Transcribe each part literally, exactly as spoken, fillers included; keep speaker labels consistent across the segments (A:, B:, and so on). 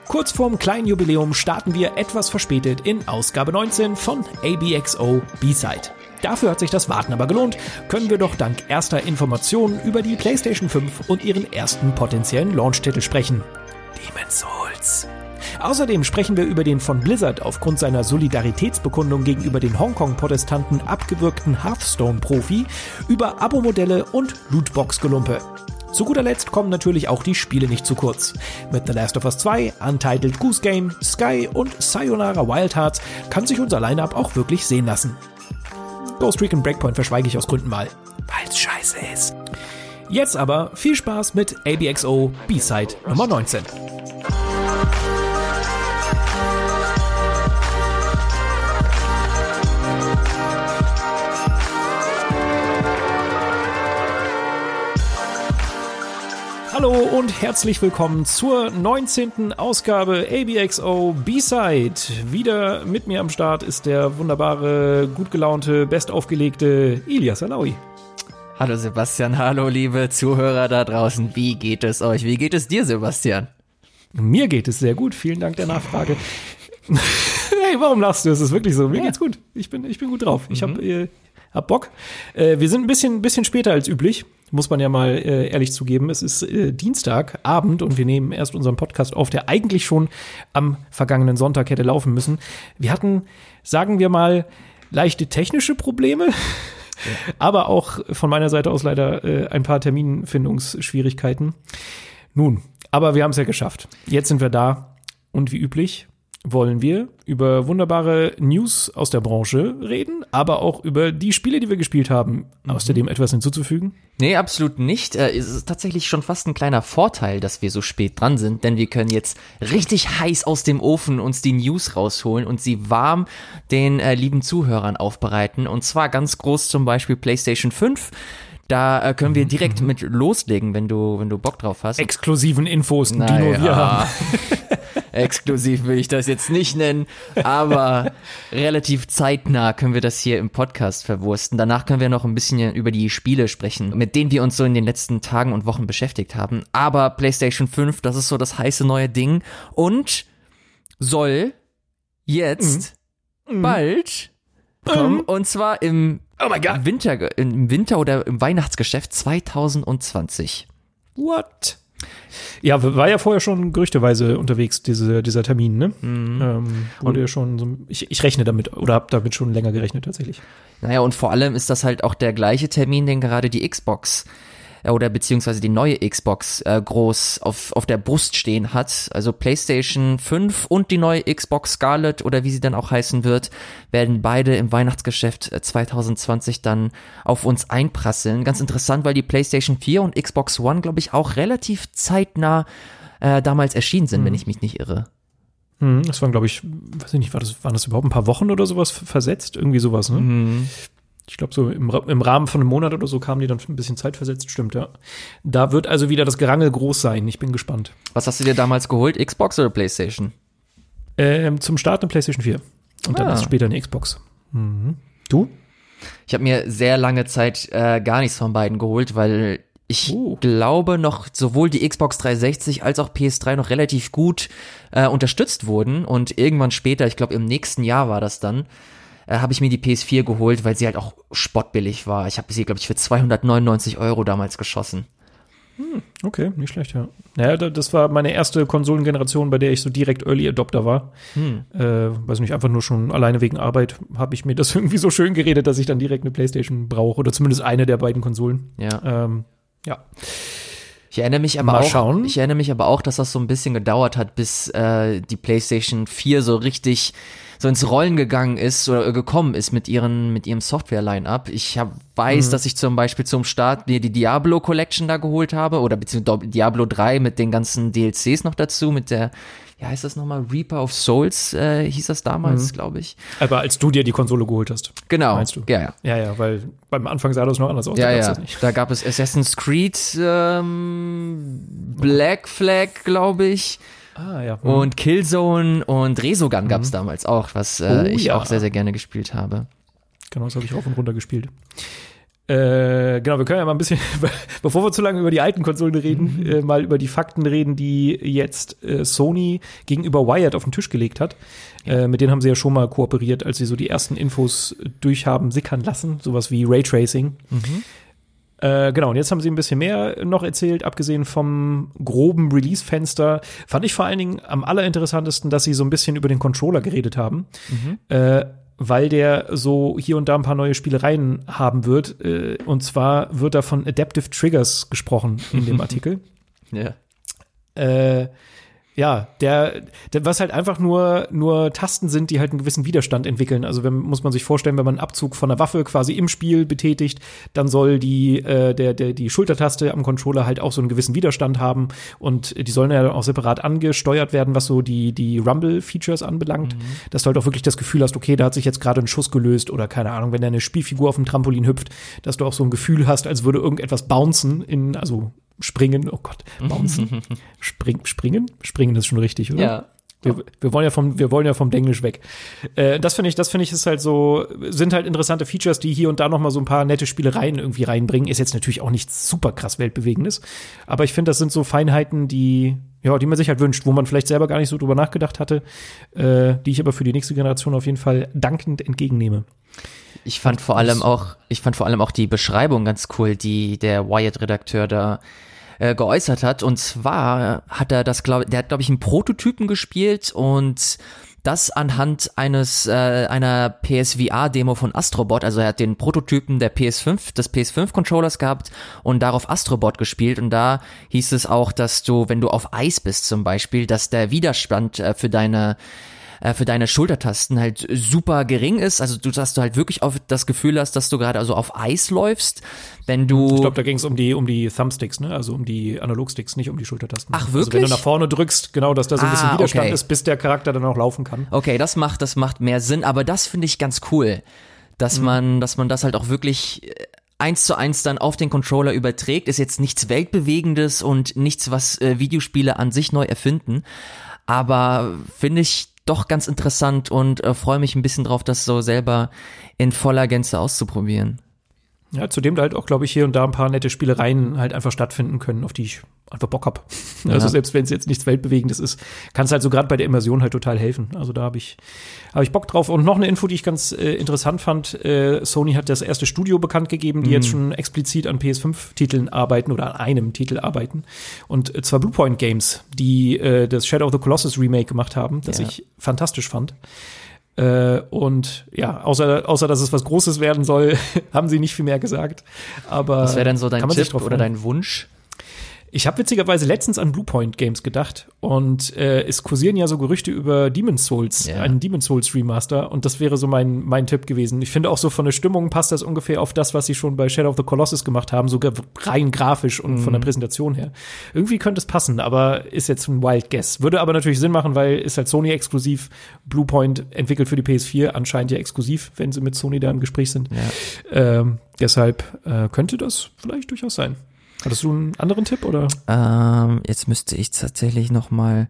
A: Kurz vorm kleinen Jubiläum starten wir etwas verspätet in Ausgabe neunzehn von A B X O B-Side. Dafür hat sich das Warten aber gelohnt, können wir doch dank erster Informationen über die PlayStation fünf und ihren ersten potenziellen Launch-Titel sprechen. Demon's Souls. Außerdem sprechen wir über den von Blizzard aufgrund seiner Solidaritätsbekundung gegenüber den Hongkong-Protestanten abgewürgten Hearthstone-Profi, über Abo-Modelle und Lootbox-Gelumpe. Zu guter Letzt kommen natürlich auch die Spiele nicht zu kurz. Mit The Last of Us zwei, Untitled Goose Game, Sky und Sayonara Wild Hearts kann sich unser Line-Up auch wirklich sehen lassen. Ghost Recon Breakpoint verschweige ich aus Gründen mal, weil's scheiße ist. Jetzt aber viel Spaß mit A B X O B-Side Nummer neunzehn. Hallo und herzlich willkommen zur neunzehnten Ausgabe A B X O B-Side. Wieder mit mir am Start ist der wunderbare, gut gelaunte, bestaufgelegte Ilias Alaoui.
B: Hallo Sebastian, hallo liebe Zuhörer da draußen. Wie geht es euch? Wie geht es dir, Sebastian?
A: Mir geht es sehr gut, vielen Dank der Nachfrage. Hey, warum lachst du? Es ist wirklich so, mir ja. geht's gut. Ich bin, ich bin gut drauf. Ich mhm. hab, äh, hab Bock. Äh, wir sind ein bisschen, bisschen später als üblich. Muss man ja mal äh, ehrlich zugeben. Es ist äh, Dienstagabend und wir nehmen erst unseren Podcast auf, der eigentlich schon am vergangenen Sonntag hätte laufen müssen. Wir hatten, sagen wir mal, leichte technische Probleme, ja. aber auch von meiner Seite aus leider äh, ein paar Terminfindungsschwierigkeiten. Nun, aber wir haben es ja geschafft. Jetzt sind wir da und wie üblich wollen wir über wunderbare News aus der Branche reden, aber auch über die Spiele, die wir gespielt haben. Außerdem etwas hinzuzufügen?
B: Nee, absolut nicht. Es ist tatsächlich schon fast ein kleiner Vorteil, dass wir so spät dran sind, denn wir können jetzt richtig heiß aus dem Ofen uns die News rausholen und sie warm den äh, lieben Zuhörern aufbereiten. Und zwar ganz groß zum Beispiel PlayStation fünf. Da äh, können wir direkt mhm. mit loslegen, wenn du, wenn du Bock drauf hast.
A: Exklusiven Infos,
B: naja.
A: die nur wir haben.
B: Exklusiv will ich das jetzt nicht nennen, aber relativ zeitnah können wir das hier im Podcast verwursten. Danach können wir noch ein bisschen über die Spiele sprechen, mit denen wir uns so in den letzten Tagen und Wochen beschäftigt haben. Aber PlayStation fünf, das ist so das heiße neue Ding und soll jetzt mhm. bald mhm. kommen und zwar im
A: Oh my God.
B: Winter, im Winter oder im Weihnachtsgeschäft zwanzig zwanzig.
A: What? Ja, war ja vorher schon gerüchteweise unterwegs, diese, dieser Termin, ne? Mhm. Ähm, wurde ja schon so, ich, ich rechne damit oder habe damit schon länger gerechnet tatsächlich.
B: Naja, und vor allem ist das halt auch der gleiche Termin, den gerade die Xbox äh, oder beziehungsweise die neue Xbox äh, groß auf, auf der Brust stehen hat. Also PlayStation fünf und die neue Xbox Scarlett oder wie sie dann auch heißen wird, werden beide im Weihnachtsgeschäft zwanzig zwanzig dann auf uns einprasseln. Ganz interessant, weil die PlayStation vier und Xbox One, glaube ich, auch relativ zeitnah äh, damals erschienen sind, mhm. wenn ich mich nicht irre.
A: Mhm, das waren, glaube ich, weiß ich nicht, war das, waren das überhaupt ein paar Wochen oder sowas versetzt? Irgendwie sowas, ne? Mhm. Ich glaube, so im, im Rahmen von einem Monat oder so kamen die dann ein bisschen zeitversetzt, stimmt, ja. Da wird also wieder das Gerangel groß sein. Ich bin gespannt.
B: Was hast du dir damals geholt, Xbox oder PlayStation?
A: Ähm, zum Start eine PlayStation vier. Und dann ah. erst später eine Xbox. Mhm. Du?
B: Ich habe mir sehr lange Zeit äh, gar nichts von beiden geholt, weil ich uh. glaube noch sowohl die Xbox dreihundertsechzig als auch P S drei noch relativ gut äh, unterstützt wurden. Und irgendwann später, ich glaube im nächsten Jahr war das dann, äh, habe ich mir die P S vier geholt, weil sie halt auch spottbillig war. Ich habe sie, glaube ich, für zweihundertneunundneunzig Euro damals geschossen.
A: Hm, okay, nicht schlecht, ja. Naja, das war meine erste Konsolengeneration, bei der ich so direkt Early Adopter war. Hm. Äh, weiß nicht, einfach nur schon alleine wegen Arbeit habe ich mir das irgendwie so schön geredet, dass ich dann direkt eine PlayStation brauche oder zumindest eine der beiden Konsolen.
B: Ja.
A: Ähm, ja.
B: Ich erinnere mich aber
A: Mal
B: auch,
A: schauen.
B: ich erinnere mich aber auch, dass das so ein bisschen gedauert hat, bis äh, die PlayStation vier so richtig so ins Rollen gegangen ist oder gekommen ist mit ihren mit ihrem Software-Line-Up. Ich hab, weiß, mhm. dass ich zum Beispiel zum Start mir die Diablo Collection da geholt habe oder beziehungsweise Diablo drei mit den ganzen D L Cs noch dazu, mit der, wie heißt das nochmal, Reaper of Souls äh, hieß das damals, mhm. glaube ich.
A: Aber als du dir die Konsole geholt hast.
B: Genau.
A: Meinst du?
B: Ja, ja.
A: Ja, ja, weil beim Anfang sah das noch anders aus.
B: Ja,
A: da
B: ja.
A: Das nicht.
B: Da gab es Assassin's Creed, ähm, Black Flag, glaube ich.
A: Ah, ja. Mhm.
B: Und Killzone und Resogun gab es mhm. damals auch, was äh,
A: oh,
B: ich
A: ja.
B: auch sehr, sehr gerne gespielt habe.
A: Genau, das habe ich rauf und runter gespielt. Äh, genau, wir können ja mal ein bisschen, bevor wir zu lange über die alten Konsolen reden, mhm. äh, mal über die Fakten reden, die jetzt äh, Sony gegenüber Wired auf den Tisch gelegt hat. Ja. Äh, mit denen haben sie ja schon mal kooperiert, als sie so die ersten Infos durchhaben sickern lassen, sowas wie Raytracing. Mhm. Äh, genau, und jetzt haben sie ein bisschen mehr noch erzählt, abgesehen vom groben Release-Fenster. Fand ich vor allen Dingen am allerinteressantesten, dass sie so ein bisschen über den Controller geredet haben. Mhm. Äh, weil der so hier und da ein paar neue Spielereien haben wird. Äh, und zwar wird da von Adaptive Triggers gesprochen in dem Artikel.
B: Ja.
A: Äh, ja, der, der, was halt einfach nur, nur Tasten sind, die halt einen gewissen Widerstand entwickeln. Also wenn, muss man sich vorstellen, wenn man einen Abzug von einer Waffe quasi im Spiel betätigt, dann soll die, äh, der, der, die Schultertaste am Controller halt auch so einen gewissen Widerstand haben und die sollen ja auch separat angesteuert werden, was so die, die Rumble-Features anbelangt, mhm. dass du halt auch wirklich das Gefühl hast, okay, da hat sich jetzt gerade ein Schuss gelöst oder keine Ahnung, wenn da eine Spielfigur auf dem Trampolin hüpft, dass du auch so ein Gefühl hast, als würde irgendetwas bouncen in, also springen, oh Gott, bouncen, Spring, springen, springen ist schon richtig, oder?
B: Ja.
A: Wir, wir wollen ja vom, wir wollen ja vom Denglisch weg. Äh, das finde ich, das finde ich ist halt so, sind halt interessante Features, die hier und da noch mal so ein paar nette Spielereien irgendwie reinbringen. Ist jetzt natürlich auch nichts super krass Weltbewegendes, aber ich finde, das sind so Feinheiten, die, ja, die man sich halt wünscht, wo man vielleicht selber gar nicht so drüber nachgedacht hatte, äh, die ich aber für die nächste Generation auf jeden Fall dankend entgegennehme.
B: Ich fand vor allem auch, ich fand vor allem auch die Beschreibung ganz cool, die der Wired-Redakteur da äh, geäußert hat. Und zwar hat er das, glaube der hat, glaube ich, einen Prototypen gespielt und das anhand eines äh, einer P S V R-Demo von Astrobot. Also er hat den Prototypen der P S fünf, des P S fünf Controllers gehabt und darauf Astrobot gespielt. Und da hieß es auch, dass du, wenn du auf Eis bist zum Beispiel, dass der Widerstand äh, für deine für deine Schultertasten halt super gering ist, also du, dass du halt wirklich auf das Gefühl hast, dass du gerade also auf Eis läufst, wenn du...
A: Ich glaube, da ging es um die um die Thumbsticks, ne, also um die Analogsticks, nicht um die Schultertasten.
B: Ach, wirklich?
A: Also wenn du nach vorne drückst, genau, dass da so ein bisschen
B: ah,
A: Widerstand
B: okay.
A: ist, bis der Charakter dann auch laufen kann.
B: Okay, das macht, das macht mehr Sinn, aber das finde ich ganz cool, dass mhm. man, dass man das halt auch wirklich eins zu eins dann auf den Controller überträgt, ist jetzt nichts Weltbewegendes und nichts, was äh, Videospiele an sich neu erfinden, aber finde ich doch ganz interessant und äh, freue mich ein bisschen drauf, das so selber in voller Gänze auszuprobieren.
A: Ja, zudem da halt auch, glaube ich, hier und da ein paar nette Spielereien halt einfach stattfinden können, auf die ich einfach Bock hab. Ja. Also selbst wenn es jetzt nichts Weltbewegendes ist, kann es halt so gerade bei der Immersion halt total helfen. Also da habe ich habe ich Bock drauf. Und noch eine Info, die ich ganz äh, interessant fand. Äh, Sony hat das erste Studio bekannt gegeben, die mhm. jetzt schon explizit an P S fünf Titeln arbeiten oder an einem Titel arbeiten. Und äh, zwar Bluepoint Games, die äh, das Shadow of the Colossus Remake gemacht haben, das ja. ich fantastisch fand. Äh, und ja, außer, außer dass es was Großes werden soll, haben sie nicht viel mehr gesagt. Aber
B: was wäre denn so dein Tipp oder dein Wunsch?
A: Ich habe witzigerweise letztens an Bluepoint Games gedacht und äh, es kursieren ja so Gerüchte über Demon's Souls, yeah. einen Demon's Souls Remaster und das wäre so mein mein Tipp gewesen. Ich finde auch so von der Stimmung passt das ungefähr auf das, was sie schon bei Shadow of the Colossus gemacht haben, sogar rein grafisch und mm. von der Präsentation her. Irgendwie könnte es passen, aber ist jetzt ein Wild Guess. Würde aber natürlich Sinn machen, weil ist halt Sony exklusiv. Bluepoint entwickelt für die P S vier, anscheinend ja exklusiv, wenn sie mit Sony da im Gespräch sind. Ja. Ähm, deshalb äh, könnte das vielleicht durchaus sein. Hattest du einen anderen Tipp, oder?
B: Ähm, jetzt müsste ich tatsächlich noch mal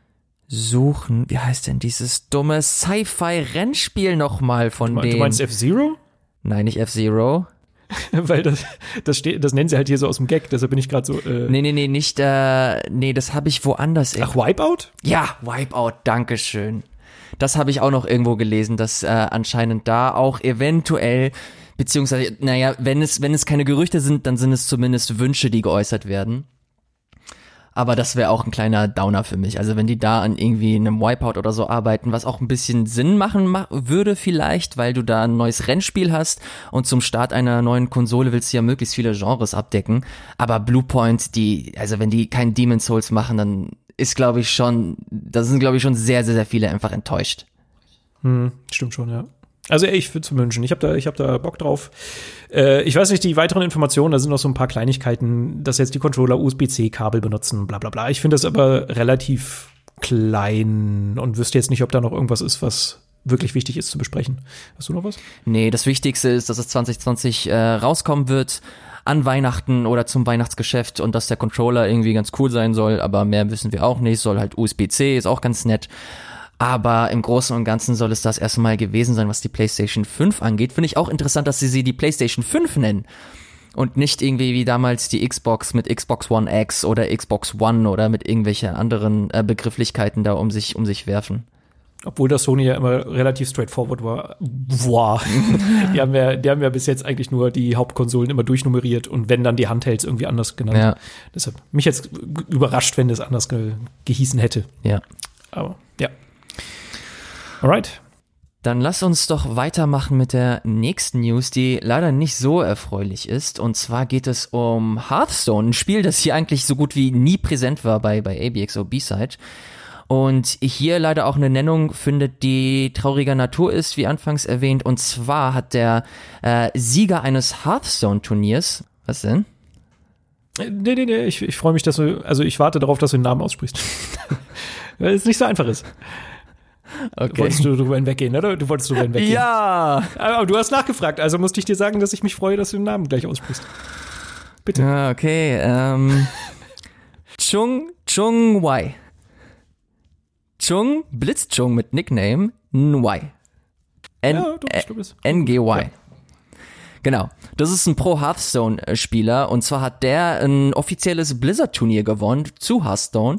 B: suchen. Wie heißt denn dieses dumme Sci-Fi-Rennspiel noch mal von denen?
A: Du meinst F-Zero?
B: Nein, nicht F-Zero.
A: Weil das, das steht, das nennen sie halt hier so aus dem Gag, deshalb bin ich gerade so, äh
B: Nee, nee, nee, nicht, äh, nee, das habe ich woanders.
A: Ach, Wipeout?
B: Ja, Wipeout, dankeschön. Das habe ich auch noch irgendwo gelesen, dass äh, anscheinend da auch eventuell beziehungsweise, naja, wenn es, wenn es keine Gerüchte sind, dann sind es zumindest Wünsche, die geäußert werden. Aber das wäre auch ein kleiner Downer für mich. Also wenn die da an irgendwie einem Wipeout oder so arbeiten, was auch ein bisschen Sinn machen ma- würde vielleicht, weil du da ein neues Rennspiel hast und zum Start einer neuen Konsole willst du ja möglichst viele Genres abdecken. Aber Bluepoint, die, also wenn die kein Demon's Souls machen, dann ist, glaube ich, schon, da sind, glaube ich, schon sehr, sehr, sehr viele einfach enttäuscht.
A: Hm, stimmt schon, ja. Also ich würde es wünschen. Ich habe da, ich habe da Bock drauf. Äh, ich weiß nicht, die weiteren Informationen, da sind noch so ein paar Kleinigkeiten, dass jetzt die Controller U S B C-Kabel benutzen, bla bla bla. Ich finde das aber relativ klein und wüsste jetzt nicht, ob da noch irgendwas ist, was wirklich wichtig ist zu besprechen. Hast du noch was?
B: Nee, das Wichtigste ist, dass es zwanzig zwanzig äh, rauskommen wird an Weihnachten oder zum Weihnachtsgeschäft und dass der Controller irgendwie ganz cool sein soll, aber mehr wissen wir auch nicht. Soll halt U S B C, ist auch ganz nett. Aber im Großen und Ganzen soll es das erstmal gewesen sein, was die PlayStation fünf angeht. Finde ich auch interessant, dass sie sie die PlayStation fünf nennen. Und nicht irgendwie wie damals die Xbox mit Xbox One X oder Xbox One oder mit irgendwelchen anderen äh, Begrifflichkeiten da um sich um sich werfen.
A: Obwohl das Sony ja immer relativ straightforward war. Boah. die, haben ja, die haben ja bis jetzt eigentlich nur die Hauptkonsolen immer durchnummeriert und wenn dann die Handhelds irgendwie anders genannt.
B: Ja.
A: Deshalb mich jetzt überrascht, wenn das anders ge- gehießen hätte.
B: Ja.
A: Aber ja. Alright.
B: Dann lass uns doch weitermachen mit der nächsten News, die leider nicht so erfreulich ist. Und zwar geht es um Hearthstone, ein Spiel, das hier eigentlich so gut wie nie präsent war bei, bei A B X O B-Side. Und hier leider auch eine Nennung findet, die trauriger Natur ist, wie anfangs erwähnt. Und zwar hat der äh, Sieger eines Hearthstone-Turniers, was denn?
A: Nee, nee, nee, ich, ich freue mich, dass du, also ich warte darauf, dass du den Namen aussprichst. Weil es nicht so einfach ist.
B: Okay.
A: Wolltest du drüber hinweggehen, oder? Du wolltest drüber hinweggehen.
B: Ja!
A: Aber du hast nachgefragt, also musste ich dir sagen, dass ich mich freue, dass du den Namen gleich aussprichst. Bitte.
B: Ja, okay, ähm. Chung, Chung Wai. Chung, Blitzchung mit Nickname Nwai. N-
A: Ja, doch, ich glaub, das-
B: N G Y.
A: Ja.
B: Genau. Das ist ein Pro-Hearthstone-Spieler und zwar hat der ein offizielles Blizzard-Turnier gewonnen zu Hearthstone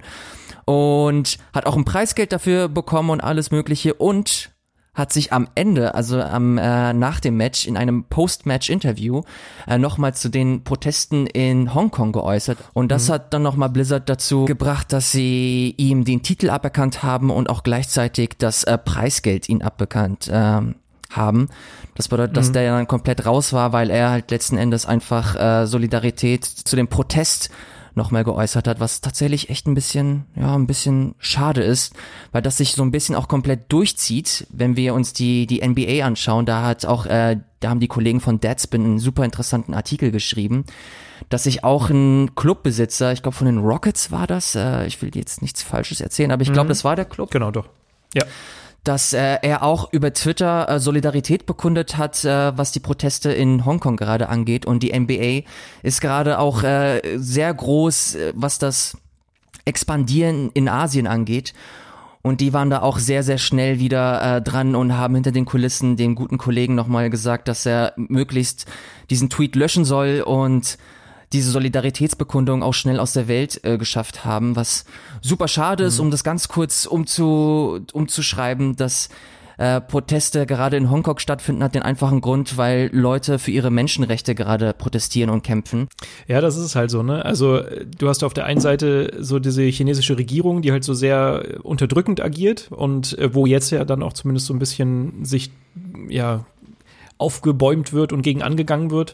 B: und hat auch ein Preisgeld dafür bekommen und alles Mögliche und hat sich am Ende, also am äh, nach dem Match in einem Post-Match-Interview äh, nochmal zu den Protesten in Hongkong geäußert und das mhm. hat dann nochmal Blizzard dazu gebracht, dass sie ihm den Titel aberkannt haben und auch gleichzeitig das äh, Preisgeld ihn abbekannt ähm, haben. Das bedeutet, dass mhm. der dann komplett raus war, weil er halt letzten Endes einfach äh, Solidarität zu dem Protest nochmal geäußert hat, was tatsächlich echt ein bisschen, ja, ein bisschen schade ist, weil das sich so ein bisschen auch komplett durchzieht, wenn wir uns die die N B A anschauen. Da hat auch, äh, da haben die Kollegen von Deadspin einen super interessanten Artikel geschrieben, dass sich auch ein Clubbesitzer, ich glaube von den Rockets war das, äh, ich will jetzt nichts Falsches erzählen, aber ich glaube, mhm. das war der Club.
A: Genau, doch. Ja.
B: Dass äh, er auch über Twitter äh, Solidarität bekundet hat, äh, was die Proteste in Hongkong gerade angeht. Und die N B A ist gerade auch äh, sehr groß, äh, was das Expandieren in Asien angeht. Und die waren da auch sehr, sehr schnell wieder äh, dran und haben hinter den Kulissen den guten Kollegen nochmal gesagt, dass er möglichst diesen Tweet löschen soll und diese Solidaritätsbekundung auch schnell aus der Welt äh, geschafft haben, was super schade ist, mhm. um das ganz kurz umzu, umzuschreiben, dass äh, Proteste gerade in Hongkong stattfinden, hat den einfachen Grund, weil Leute für ihre Menschenrechte gerade protestieren und kämpfen.
A: Ja, das ist halt so, ne? Also du hast auf der einen Seite so diese chinesische Regierung, die halt so sehr unterdrückend agiert und äh, wo jetzt ja dann auch zumindest so ein bisschen sich, ja, aufgebäumt wird und gegen angegangen wird.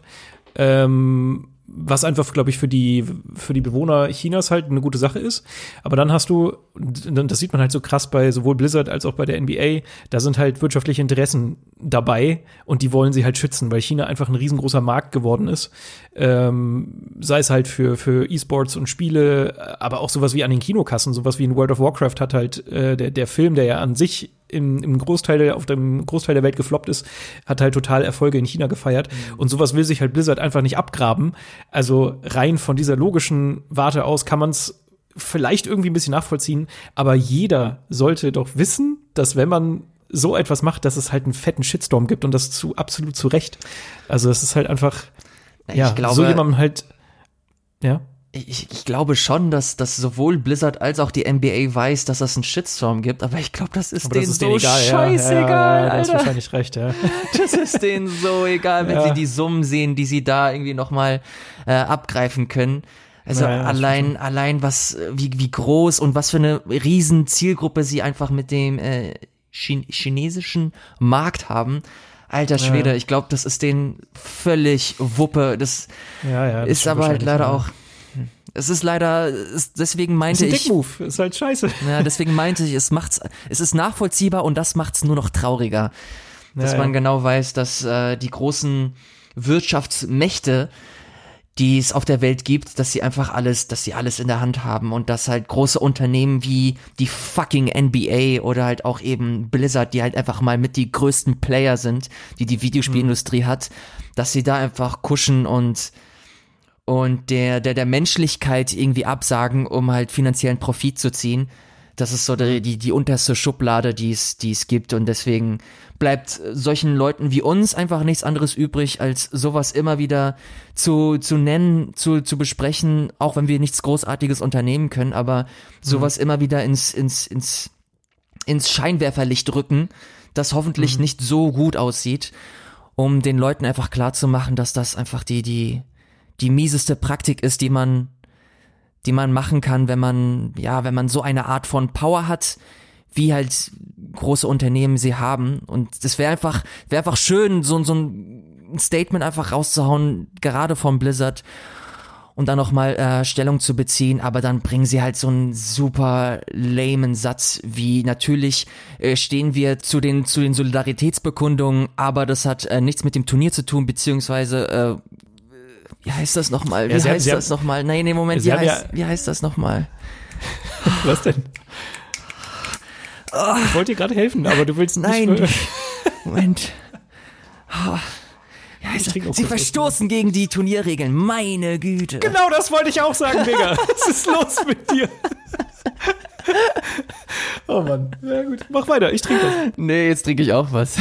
A: Ähm, was einfach, glaube ich, für die für die Bewohner Chinas halt eine gute Sache ist. Aber dann hast du, das sieht man halt so krass bei sowohl Blizzard als auch bei der N B A, da sind halt wirtschaftliche Interessen dabei und die wollen sie halt schützen, weil China einfach ein riesengroßer Markt geworden ist. Ähm, sei es halt für für E-Sports und Spiele, aber auch sowas wie an den Kinokassen, sowas wie in World of Warcraft hat halt äh, der der Film, der ja an sich im, im Großteil der, auf dem Großteil der Welt gefloppt ist, hat halt total Erfolge in China gefeiert. Mhm. Und sowas will sich halt Blizzard einfach nicht abgraben. Also rein von dieser logischen Warte aus kann man es vielleicht irgendwie ein bisschen nachvollziehen, aber jeder sollte doch wissen, dass wenn man so etwas macht, dass es halt einen fetten Shitstorm gibt und das zu absolut zu Recht. Also es ist halt einfach,
B: ich
A: ja,
B: glaube,
A: so jemandem halt, ja.
B: Ich, ich glaube schon, dass, dass sowohl Blizzard als auch die N B A weiß, dass es einen Shitstorm gibt, aber ich glaube, das ist
A: aber
B: denen
A: das ist
B: so
A: denen egal,
B: scheißegal,
A: ja, ja, ja,
B: Alter.
A: du hast wahrscheinlich recht, ja.
B: Das ist denen so egal, wenn
A: ja.
B: sie die Summen sehen, die sie da irgendwie nochmal äh, abgreifen können. Also
A: naja,
B: allein, allein was, wie, wie groß und was für eine riesen Zielgruppe sie einfach mit dem äh, Ch- chinesischen Markt haben. Alter Schwede, ja. Ich glaube, das ist denen völlig Wuppe. Das,
A: ja, ja, das
B: ist aber halt leider
A: ja.
B: auch. Es ist leider, es, deswegen meinte
A: ich.
B: ich.
A: Ist ein Dickmove, ist halt scheiße.
B: Ja, deswegen meinte ich, es macht's, es ist nachvollziehbar und das macht's nur noch trauriger. Dass
A: ja,
B: man
A: ja.
B: genau weiß, dass äh, die großen Wirtschaftsmächte, die es auf der Welt gibt, dass sie einfach alles, dass sie alles in der Hand haben und dass halt große Unternehmen wie die fucking N B A oder halt auch eben Blizzard, die halt einfach mal mit die größten Player sind, die die Videospielindustrie mhm. hat, dass sie da einfach kuschen und und der, der, der Menschlichkeit irgendwie absagen, um halt finanziellen Profit zu ziehen, Das ist so die, die, die unterste Schublade, die es, die es gibt. Und deswegen bleibt solchen Leuten wie uns einfach nichts anderes übrig, als sowas immer wieder zu, zu nennen, zu, zu besprechen, auch wenn wir nichts Großartiges unternehmen können, aber sowas mhm. immer wieder ins, ins, ins, ins Scheinwerferlicht rücken, das hoffentlich mhm. nicht so gut aussieht, um den Leuten einfach klarzumachen, dass das einfach die, die, die mieseste Praktik ist, die man die man machen kann, wenn man, ja, wenn man so eine Art von Power hat, wie halt große Unternehmen sie haben. Und das wäre einfach, wäre einfach schön, so, so ein Statement einfach rauszuhauen, gerade vom Blizzard, und dann nochmal äh, Stellung zu beziehen, aber dann bringen sie halt so einen super lamen Satz, wie natürlich äh, stehen wir zu den, zu den Solidaritätsbekundungen, aber das hat äh, nichts mit dem Turnier zu tun, beziehungsweise, äh, wie heißt das nochmal? Wie ja, heißt haben, das nochmal? Nein, nee, Moment, wie heißt, ja, wie heißt das nochmal?
A: Was denn? Oh. Ich wollte dir gerade helfen, aber du willst nicht.
B: Nein, Moment. Oh. Ja, heißt das? Sie verstoßen gegen die Turnierregeln, meine Güte.
A: Genau das wollte ich auch sagen, Digga. Was ist los mit dir? Oh Mann, ja gut, mach weiter, ich trinke das.
B: Nee, jetzt trinke ich auch was.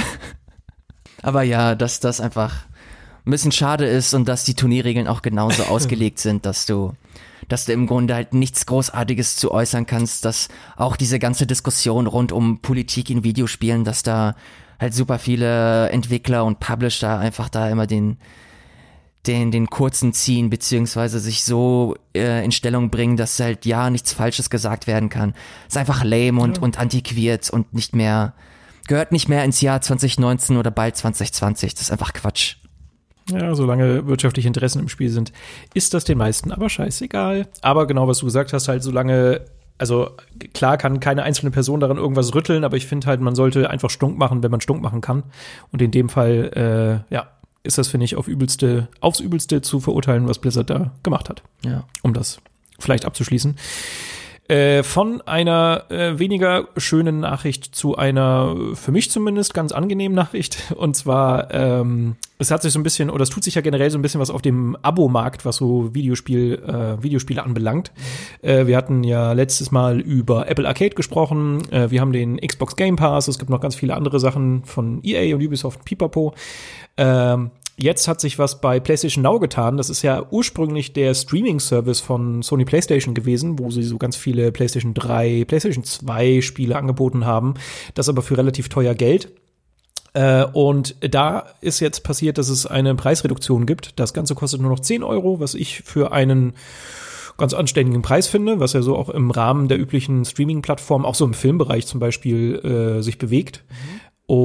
B: Aber ja, dass das einfach ein bisschen schade ist und dass die Turnierregeln auch genauso ausgelegt sind, dass du, dass du im Grunde halt nichts Großartiges zu äußern kannst, dass auch diese ganze Diskussion rund um Politik in Videospielen, dass da halt super viele Entwickler und Publisher einfach da immer den, den, den kurzen ziehen, beziehungsweise sich so äh, in Stellung bringen, dass halt ja nichts Falsches gesagt werden kann. Ist einfach lame und, ja. und antiquiert und nicht mehr, gehört nicht mehr ins Jahr zwanzig neunzehn oder bald zwanzig zwanzig. Das ist einfach Quatsch.
A: Ja, solange wirtschaftliche Interessen im Spiel sind, ist das den meisten aber scheißegal. Aber genau, was du gesagt hast, halt solange, also klar kann keine einzelne Person daran irgendwas rütteln, aber ich finde halt, man sollte einfach stunk machen, wenn man stunk machen kann. Und in dem Fall, äh, ja, ist das, finde ich, auf übelste, aufs Übelste zu verurteilen, was Blizzard da gemacht hat.
B: Ja.
A: Um das vielleicht abzuschließen. Äh, von einer äh, weniger schönen Nachricht zu einer, für mich zumindest, ganz angenehmen Nachricht. Und zwar, ähm, es hat sich so ein bisschen, oder es tut sich ja generell so ein bisschen was auf dem Abo-Markt, was so Videospiel, äh, Videospiele anbelangt. Mhm. Äh, wir hatten ja letztes Mal über Apple Arcade gesprochen. Äh, wir haben den Xbox Game Pass. Es gibt noch ganz viele andere Sachen von E A und Ubisoft und Pipapo. Ähm, Jetzt hat sich was bei PlayStation Now getan. Das ist ja ursprünglich der Streaming-Service von Sony PlayStation gewesen, wo sie so ganz viele PlayStation drei, PlayStation zwei Spiele angeboten haben. Das aber für relativ teuer Geld. Äh, und da ist jetzt passiert, dass es eine Preisreduktion gibt. Das Ganze kostet nur noch zehn Euro, was ich für einen ganz anständigen Preis finde, was ja so auch im Rahmen der üblichen Streaming-Plattformen, auch so im Filmbereich zum Beispiel, äh, sich bewegt. Mhm.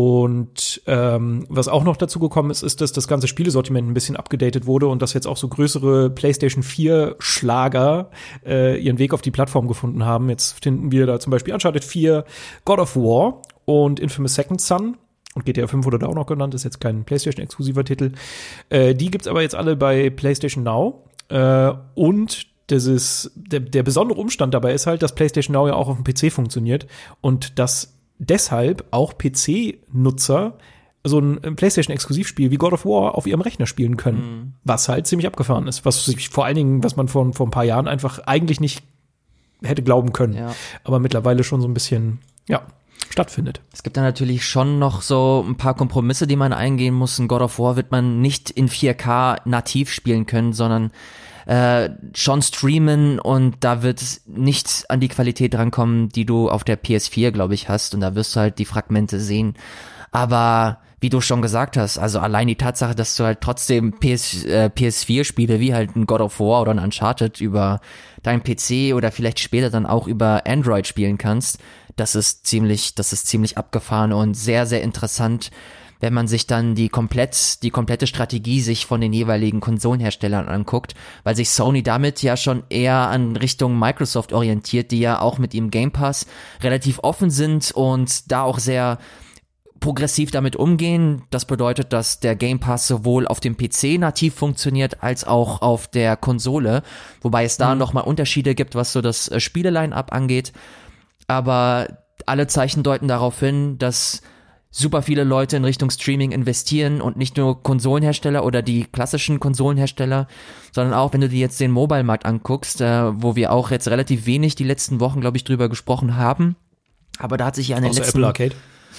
A: Und ähm, was auch noch dazu gekommen ist, ist, dass das ganze Spielesortiment ein bisschen abgedatet wurde und dass jetzt auch so größere PlayStation vier Schlager äh, ihren Weg auf die Plattform gefunden haben. Jetzt finden wir da zum Beispiel Uncharted vier, God of War und Infamous Second Son. Und G T A fünf wurde da auch noch genannt, ist jetzt kein PlayStation-exklusiver Titel. Äh, die gibt's aber jetzt alle bei PlayStation Now. Äh, und das ist, der, der besondere Umstand dabei ist halt, dass PlayStation Now ja auch auf dem P C funktioniert und dass deshalb auch P C-Nutzer so ein PlayStation-Exklusivspiel wie God of War auf ihrem Rechner spielen können. Mhm. Was halt ziemlich abgefahren ist. Was sich vor allen Dingen, was man vor, vor ein paar Jahren einfach eigentlich nicht hätte glauben können. Ja. Aber mittlerweile schon so ein bisschen, ja, stattfindet.
B: Es gibt da natürlich schon noch so ein paar Kompromisse, die man eingehen muss. In God of War wird man nicht in vier K nativ spielen können, sondern Äh, schon streamen und da wird es nicht an die Qualität drankommen, die du auf der P S vier, glaube ich, hast, und da wirst du halt die Fragmente sehen. Aber wie du schon gesagt hast, also allein die Tatsache, dass du halt trotzdem P S, äh, P S vier Spiele wie halt ein God of War oder ein Uncharted über deinen P C oder vielleicht später dann auch über Android spielen kannst, das ist ziemlich, das ist ziemlich abgefahren und sehr, sehr interessant, wenn man sich dann die komplett, die komplette Strategie sich von den jeweiligen Konsolenherstellern anguckt, weil sich Sony damit ja schon eher an Richtung Microsoft orientiert, die ja auch mit ihrem Game Pass relativ offen sind und da auch sehr progressiv damit umgehen. Das bedeutet, dass der Game Pass sowohl auf dem P C nativ funktioniert, als auch auf der Konsole, wobei es da mhm. nochmal Unterschiede gibt, was so das Spiele-Line-Up angeht. Aber alle Zeichen deuten darauf hin, dass super viele Leute in Richtung Streaming investieren und nicht nur Konsolenhersteller oder die klassischen Konsolenhersteller, sondern auch, wenn du dir jetzt den Mobile-Markt anguckst, äh, wo wir auch jetzt relativ wenig die letzten Wochen, glaube ich, drüber gesprochen haben. Aber da hat sich ja in den
A: Außer
B: letzten...
A: Apple Arcade.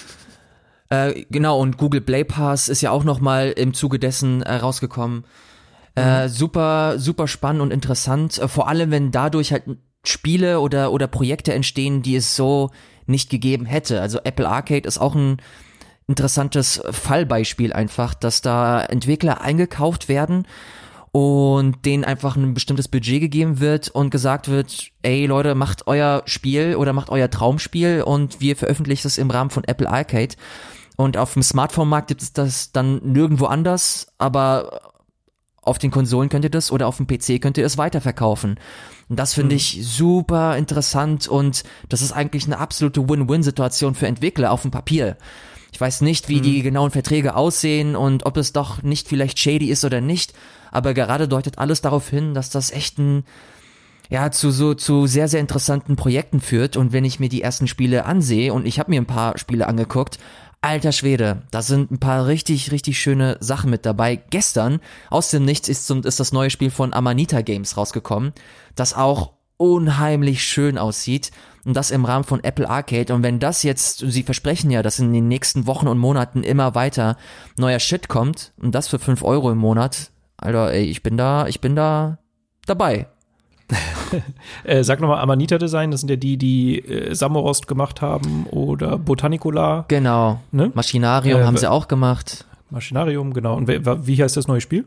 B: Äh, genau, und Google Play Pass ist ja auch nochmal im Zuge dessen äh, rausgekommen. Mhm. Äh, super, super spannend und interessant. Äh, vor allem, wenn dadurch halt Spiele oder, oder Projekte entstehen, die es so nicht gegeben hätte. Also Apple Arcade ist auch ein interessantes Fallbeispiel einfach, dass da Entwickler eingekauft werden und denen einfach ein bestimmtes Budget gegeben wird und gesagt wird, ey Leute, macht euer Spiel oder macht euer Traumspiel und wir veröffentlichen es im Rahmen von Apple Arcade. Und auf dem Smartphone-Markt gibt es das dann nirgendwo anders, aber auf den Konsolen könnt ihr das oder auf dem P C könnt ihr es weiterverkaufen. Und das finde mhm. ich super interessant und das ist eigentlich eine absolute Win-Win-Situation für Entwickler auf dem Papier. Ich weiß nicht, wie mhm. die genauen Verträge aussehen und ob es doch nicht vielleicht shady ist oder nicht, aber gerade deutet alles darauf hin, dass das echt ein, ja, zu so, zu sehr, sehr interessanten Projekten führt. Und wenn ich mir die ersten Spiele ansehe, und ich habe mir ein paar Spiele angeguckt, alter Schwede, da sind ein paar richtig, richtig schöne Sachen mit dabei. Gestern, aus dem Nichts, ist, zum, ist das neue Spiel von Amanita Games rausgekommen, das auch unheimlich schön aussieht und das im Rahmen von Apple Arcade. Und wenn das jetzt, sie versprechen ja, dass in den nächsten Wochen und Monaten immer weiter neuer Shit kommt und das für fünf Euro im Monat, Alter, ey, ich bin da, ich bin da dabei.
A: äh, sag nochmal, Amanita Design, das sind ja die, die äh, Samorost gemacht haben oder Botanicola.
B: Genau, ne? Machinarium äh, haben sie auch gemacht.
A: Machinarium, genau. Und w- wie heißt das neue Spiel?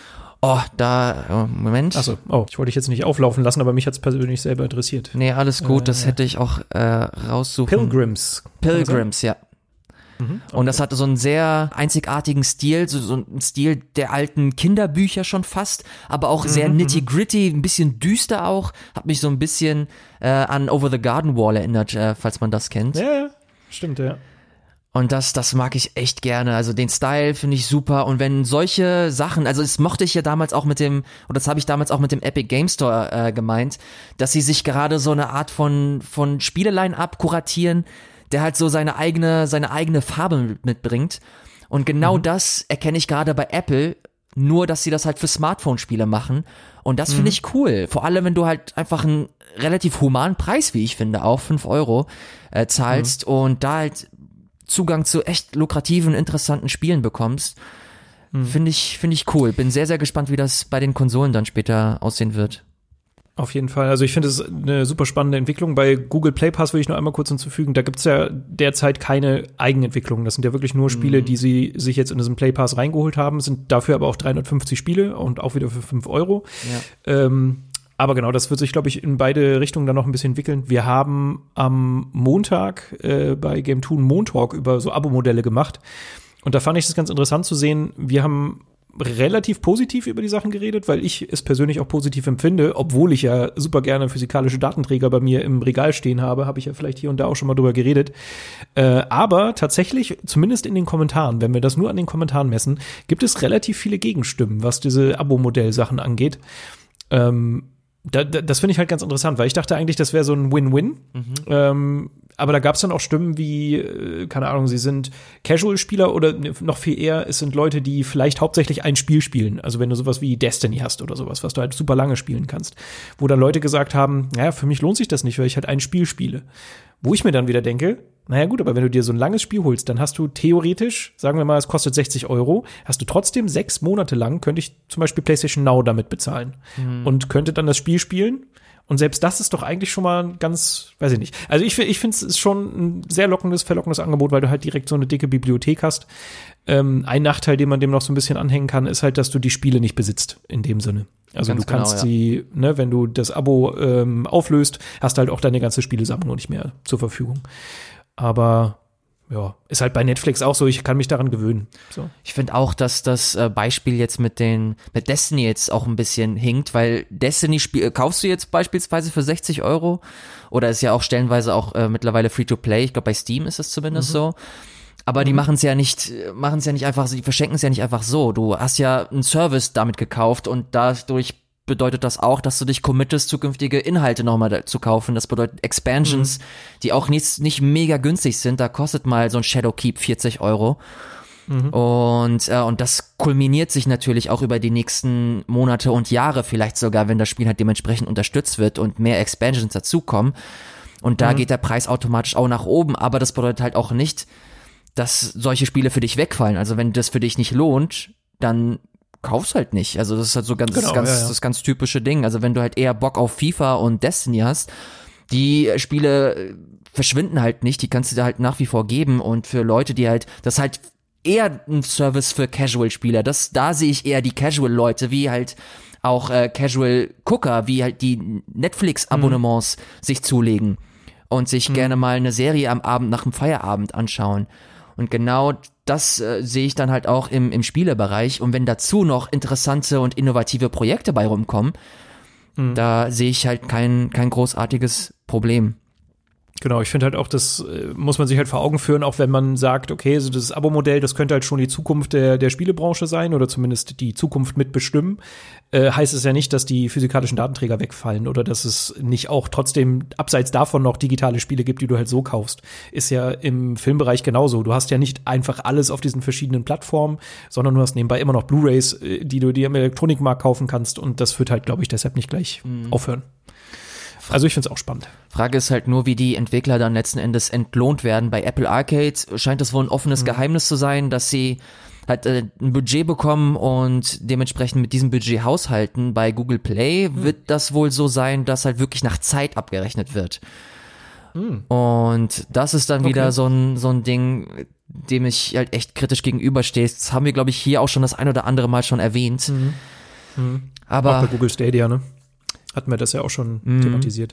B: Oh, da, Moment.
A: Achso, oh, ich wollte dich jetzt nicht auflaufen lassen, aber mich hat es persönlich selber interessiert.
B: Nee, alles gut, äh, das hätte ich auch äh, raussuchen.
A: Pilgrims.
B: Pilgrims, ja. Mhm, okay. Und das hatte so einen sehr einzigartigen Stil, so, so einen Stil der alten Kinderbücher schon fast, aber auch sehr mhm, nitty-gritty, ein bisschen düster auch, hat mich so ein bisschen äh, an Over the Garden Wall erinnert, äh, falls man das kennt.
A: Ja, ja, stimmt, ja.
B: Und das, das mag ich echt gerne. Also den Style finde ich super. Und wenn solche Sachen, also das mochte ich ja damals auch mit dem, oder das habe ich damals auch mit dem Epic Game Store äh, gemeint, dass sie sich gerade so eine Art von von Spieleline-up kuratieren, der halt so seine eigene seine eigene Farbe mitbringt. Und genau mhm. das erkenne ich gerade bei Apple, nur dass sie das halt für Smartphone-Spiele machen. Und das mhm. finde ich cool. Vor allem, wenn du halt einfach einen relativ humanen Preis, wie ich finde, auch fünf Euro äh, zahlst mhm. und da halt Zugang zu echt lukrativen, interessanten Spielen bekommst, hm. finde ich, finde ich cool. Bin sehr, sehr gespannt, wie das bei den Konsolen dann später aussehen wird.
A: Auf jeden Fall. Also ich finde es eine super spannende Entwicklung. Bei Google Play Pass will ich nur einmal kurz hinzufügen, da gibt's ja derzeit keine Eigenentwicklung. Das sind ja wirklich nur Spiele, mhm. die sie sich jetzt in diesen Play Pass reingeholt haben, sind dafür aber auch dreihundertfünfzig Spiele und auch wieder für fünf Euro. Ja. Ähm, Aber genau, das wird sich, glaube ich, in beide Richtungen dann noch ein bisschen entwickeln. Wir haben am Montag äh, bei Game two einen Montalk über so Abo-Modelle gemacht. Und da fand ich es ganz interessant zu sehen, wir haben relativ positiv über die Sachen geredet, weil ich es persönlich auch positiv empfinde, obwohl ich ja super gerne physikalische Datenträger bei mir im Regal stehen habe, habe ich ja vielleicht hier und da auch schon mal drüber geredet. Äh, aber tatsächlich, zumindest in den Kommentaren, wenn wir das nur an den Kommentaren messen, gibt es relativ viele Gegenstimmen, was diese Abo-Modell-Sachen angeht. Ähm, Da, da, das finde ich halt ganz interessant, weil ich dachte eigentlich, das wäre so ein Win-Win. Mhm. Ähm, aber da gab es dann auch Stimmen wie, äh, keine Ahnung, sie sind Casual-Spieler oder noch viel eher, es sind Leute, die vielleicht hauptsächlich ein Spiel spielen. Also wenn du sowas wie Destiny hast oder sowas, was du halt super lange spielen kannst. Wo dann Leute gesagt haben, naja, für mich lohnt sich das nicht, weil ich halt ein Spiel spiele. Wo ich mir dann wieder denke, naja gut, aber wenn du dir so ein langes Spiel holst, dann hast du theoretisch, sagen wir mal, es kostet sechzig Euro, hast du trotzdem sechs Monate lang, könnte ich zum Beispiel PlayStation Now damit bezahlen mhm. und könnte dann das Spiel spielen. Und selbst das ist doch eigentlich schon mal ganz, weiß ich nicht. Also ich, ich finde es ist schon ein sehr lockendes, verlockendes Angebot, weil du halt direkt so eine dicke Bibliothek hast. Ähm, ein Nachteil, den man dem noch so ein bisschen anhängen kann, ist halt, dass du die Spiele nicht besitzt in dem Sinne. Also ganz du kannst genau, ja. sie, ne, wenn du das Abo ähm, auflöst, hast halt auch deine ganze Spielesammlung nicht mehr zur Verfügung. Aber ja, ist halt bei Netflix auch so, ich kann mich daran gewöhnen. So.
B: Ich finde auch, dass das äh, Beispiel jetzt mit den mit Destiny jetzt auch ein bisschen hinkt, weil Destiny spiel, kaufst du jetzt beispielsweise für sechzig Euro oder ist ja auch stellenweise auch äh, mittlerweile Free-to-Play, ich glaube bei Steam ist es zumindest mhm. so. Aber mhm. die machen es ja nicht, machen es ja nicht einfach, die verschenken es ja nicht einfach so. Du hast ja einen Service damit gekauft und dadurch bedeutet das auch, dass du dich committest, zukünftige Inhalte nochmal zu kaufen. Das bedeutet Expansions, mhm. die auch nicht, nicht mega günstig sind. Da kostet mal so ein Shadowkeep vierzig Euro. Mhm. Und, äh, und das kulminiert sich natürlich auch über die nächsten Monate und Jahre, vielleicht sogar, wenn das Spiel halt dementsprechend unterstützt wird und mehr Expansions dazukommen. Und da mhm. geht der Preis automatisch auch nach oben. Aber das bedeutet halt auch nicht, dass solche Spiele für dich wegfallen. Also wenn das für dich nicht lohnt, dann kauf's halt nicht. Also das ist halt so ganz, genau, ganz, ja, ja. das ganz typische Ding. Also wenn du halt eher Bock auf FIFA und Destiny hast, die Spiele verschwinden halt nicht, die kannst du dir halt nach wie vor geben und für Leute, die halt, das ist halt eher ein Service für Casual-Spieler. Das, da sehe ich eher die Casual-Leute, wie halt auch äh, Casual-Gucker, wie halt die Netflix-Abonnements mhm. sich zulegen und sich mhm. gerne mal eine Serie am Abend nach dem Feierabend anschauen. Und genau das äh, sehe ich dann halt auch im, im Spielebereich. Und wenn dazu noch interessante und innovative Projekte bei rumkommen, mhm. da sehe ich halt kein, kein großartiges Problem.
A: Genau, ich finde halt auch, das äh, muss man sich halt vor Augen führen, auch wenn man sagt, okay, so das Abo-Modell, das könnte halt schon die Zukunft der, der Spielebranche sein oder zumindest die Zukunft mitbestimmen, äh, heißt es ja nicht, dass die physikalischen Datenträger wegfallen oder dass es nicht auch trotzdem abseits davon noch digitale Spiele gibt, die du halt so kaufst. Ist ja im Filmbereich genauso. Du hast ja nicht einfach alles auf diesen verschiedenen Plattformen, sondern du hast nebenbei immer noch Blu-rays, die du dir im Elektronikmarkt kaufen kannst und das wird halt, glaube ich, deshalb nicht gleich mhm. aufhören. Also ich finde es auch spannend.
B: Frage ist halt nur, wie die Entwickler dann letzten Endes entlohnt werden. Bei Apple Arcade scheint es wohl ein offenes mhm. Geheimnis zu sein, dass sie halt äh, ein Budget bekommen und dementsprechend mit diesem Budget haushalten. Bei Google Play mhm. wird das wohl so sein, dass halt wirklich nach Zeit abgerechnet wird. Mhm. Und das ist dann wieder okay. so ein so ein Ding, dem ich halt echt kritisch gegenüberstehe. Das haben wir, glaube ich, hier auch schon das ein oder andere Mal schon erwähnt.
A: Mhm. Mhm.
B: Aber
A: auch bei Google Stadia, ne? Hatten wir das ja auch schon mhm. thematisiert.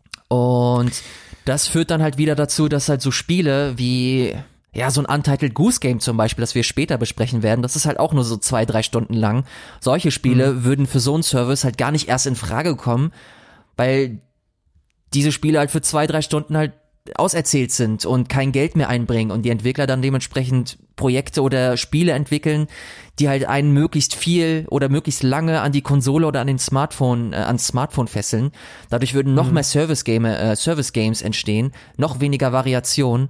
B: Und das führt dann halt wieder dazu, dass halt so Spiele wie, ja, so ein Untitled Goose Game zum Beispiel, das wir später besprechen werden, das ist halt auch nur so zwei, drei Stunden lang. Solche Spiele mhm. würden für so einen Service halt gar nicht erst in Frage kommen, weil diese Spiele halt für zwei, drei Stunden halt auserzählt sind und kein Geld mehr einbringen und die Entwickler dann dementsprechend Projekte oder Spiele entwickeln, die halt einen möglichst viel oder möglichst lange an die Konsole oder an den Smartphone, äh, ans Smartphone fesseln. Dadurch würden noch mhm. mehr Service Game, äh, Service Games entstehen, noch weniger Variation.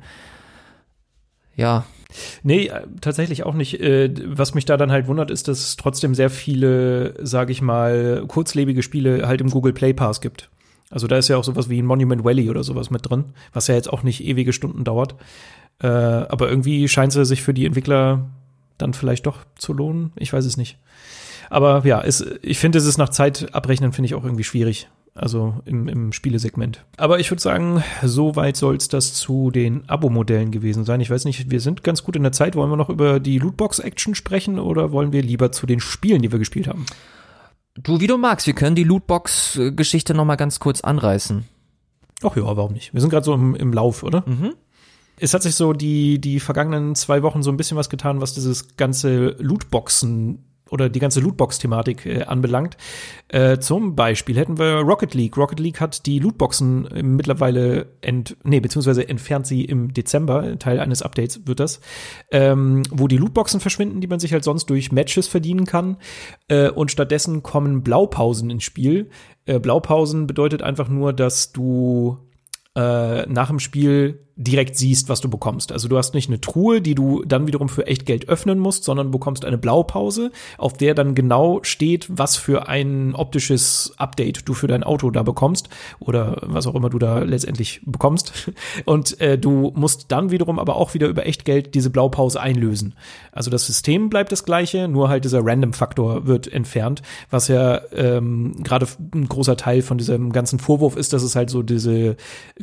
B: Ja.
A: Nee, tatsächlich auch nicht. Was mich da dann halt wundert, ist, dass es trotzdem sehr viele, sage ich mal, kurzlebige Spiele halt im Google Play Pass gibt. Also da ist ja auch sowas wie Monument Valley oder sowas mit drin, was ja jetzt auch nicht ewige Stunden dauert. Äh, aber irgendwie scheint es sich für die Entwickler dann vielleicht doch zu lohnen. Ich weiß es nicht. Aber ja, es, ich finde, es ist nach Zeit abrechnen, finde ich auch irgendwie schwierig. Also im, im Spielesegment. Aber ich würde sagen, soweit soll es das zu den Abo-Modellen gewesen sein. Ich weiß nicht, wir sind ganz gut in der Zeit. Wollen wir noch über die Lootbox-Action sprechen oder wollen wir lieber zu den Spielen, die wir gespielt haben?
B: Du, wie du magst, wir können die Lootbox-Geschichte noch mal ganz kurz anreißen.
A: Ach ja, warum nicht? Wir sind gerade so im, im Lauf, oder?
B: Mhm.
A: Es hat sich so die, die vergangenen zwei Wochen so ein bisschen was getan, was dieses ganze Lootboxen oder die ganze Lootbox-Thematik äh, anbelangt. Äh, zum Beispiel hätten wir Rocket League. Rocket League hat die Lootboxen äh, mittlerweile ent, nee, beziehungsweise entfernt sie im Dezember. Teil eines Updates wird das. Ähm, wo die Lootboxen verschwinden, die man sich halt sonst durch Matches verdienen kann. Äh, und stattdessen kommen Blaupausen ins Spiel. Äh, Blaupausen bedeutet einfach nur, dass du äh, nach dem Spiel direkt siehst, was du bekommst. Also du hast nicht eine Truhe, die du dann wiederum für echt Geld öffnen musst, sondern bekommst eine Blaupause, auf der dann genau steht, was für ein optisches Update du für dein Auto da bekommst oder was auch immer du da letztendlich bekommst. Und äh, du musst dann wiederum aber auch wieder über echt Geld diese Blaupause einlösen. Also das System bleibt das gleiche, nur halt dieser Random-Faktor wird entfernt, was ja ähm, gerade ein großer Teil von diesem ganzen Vorwurf ist, dass es halt so diese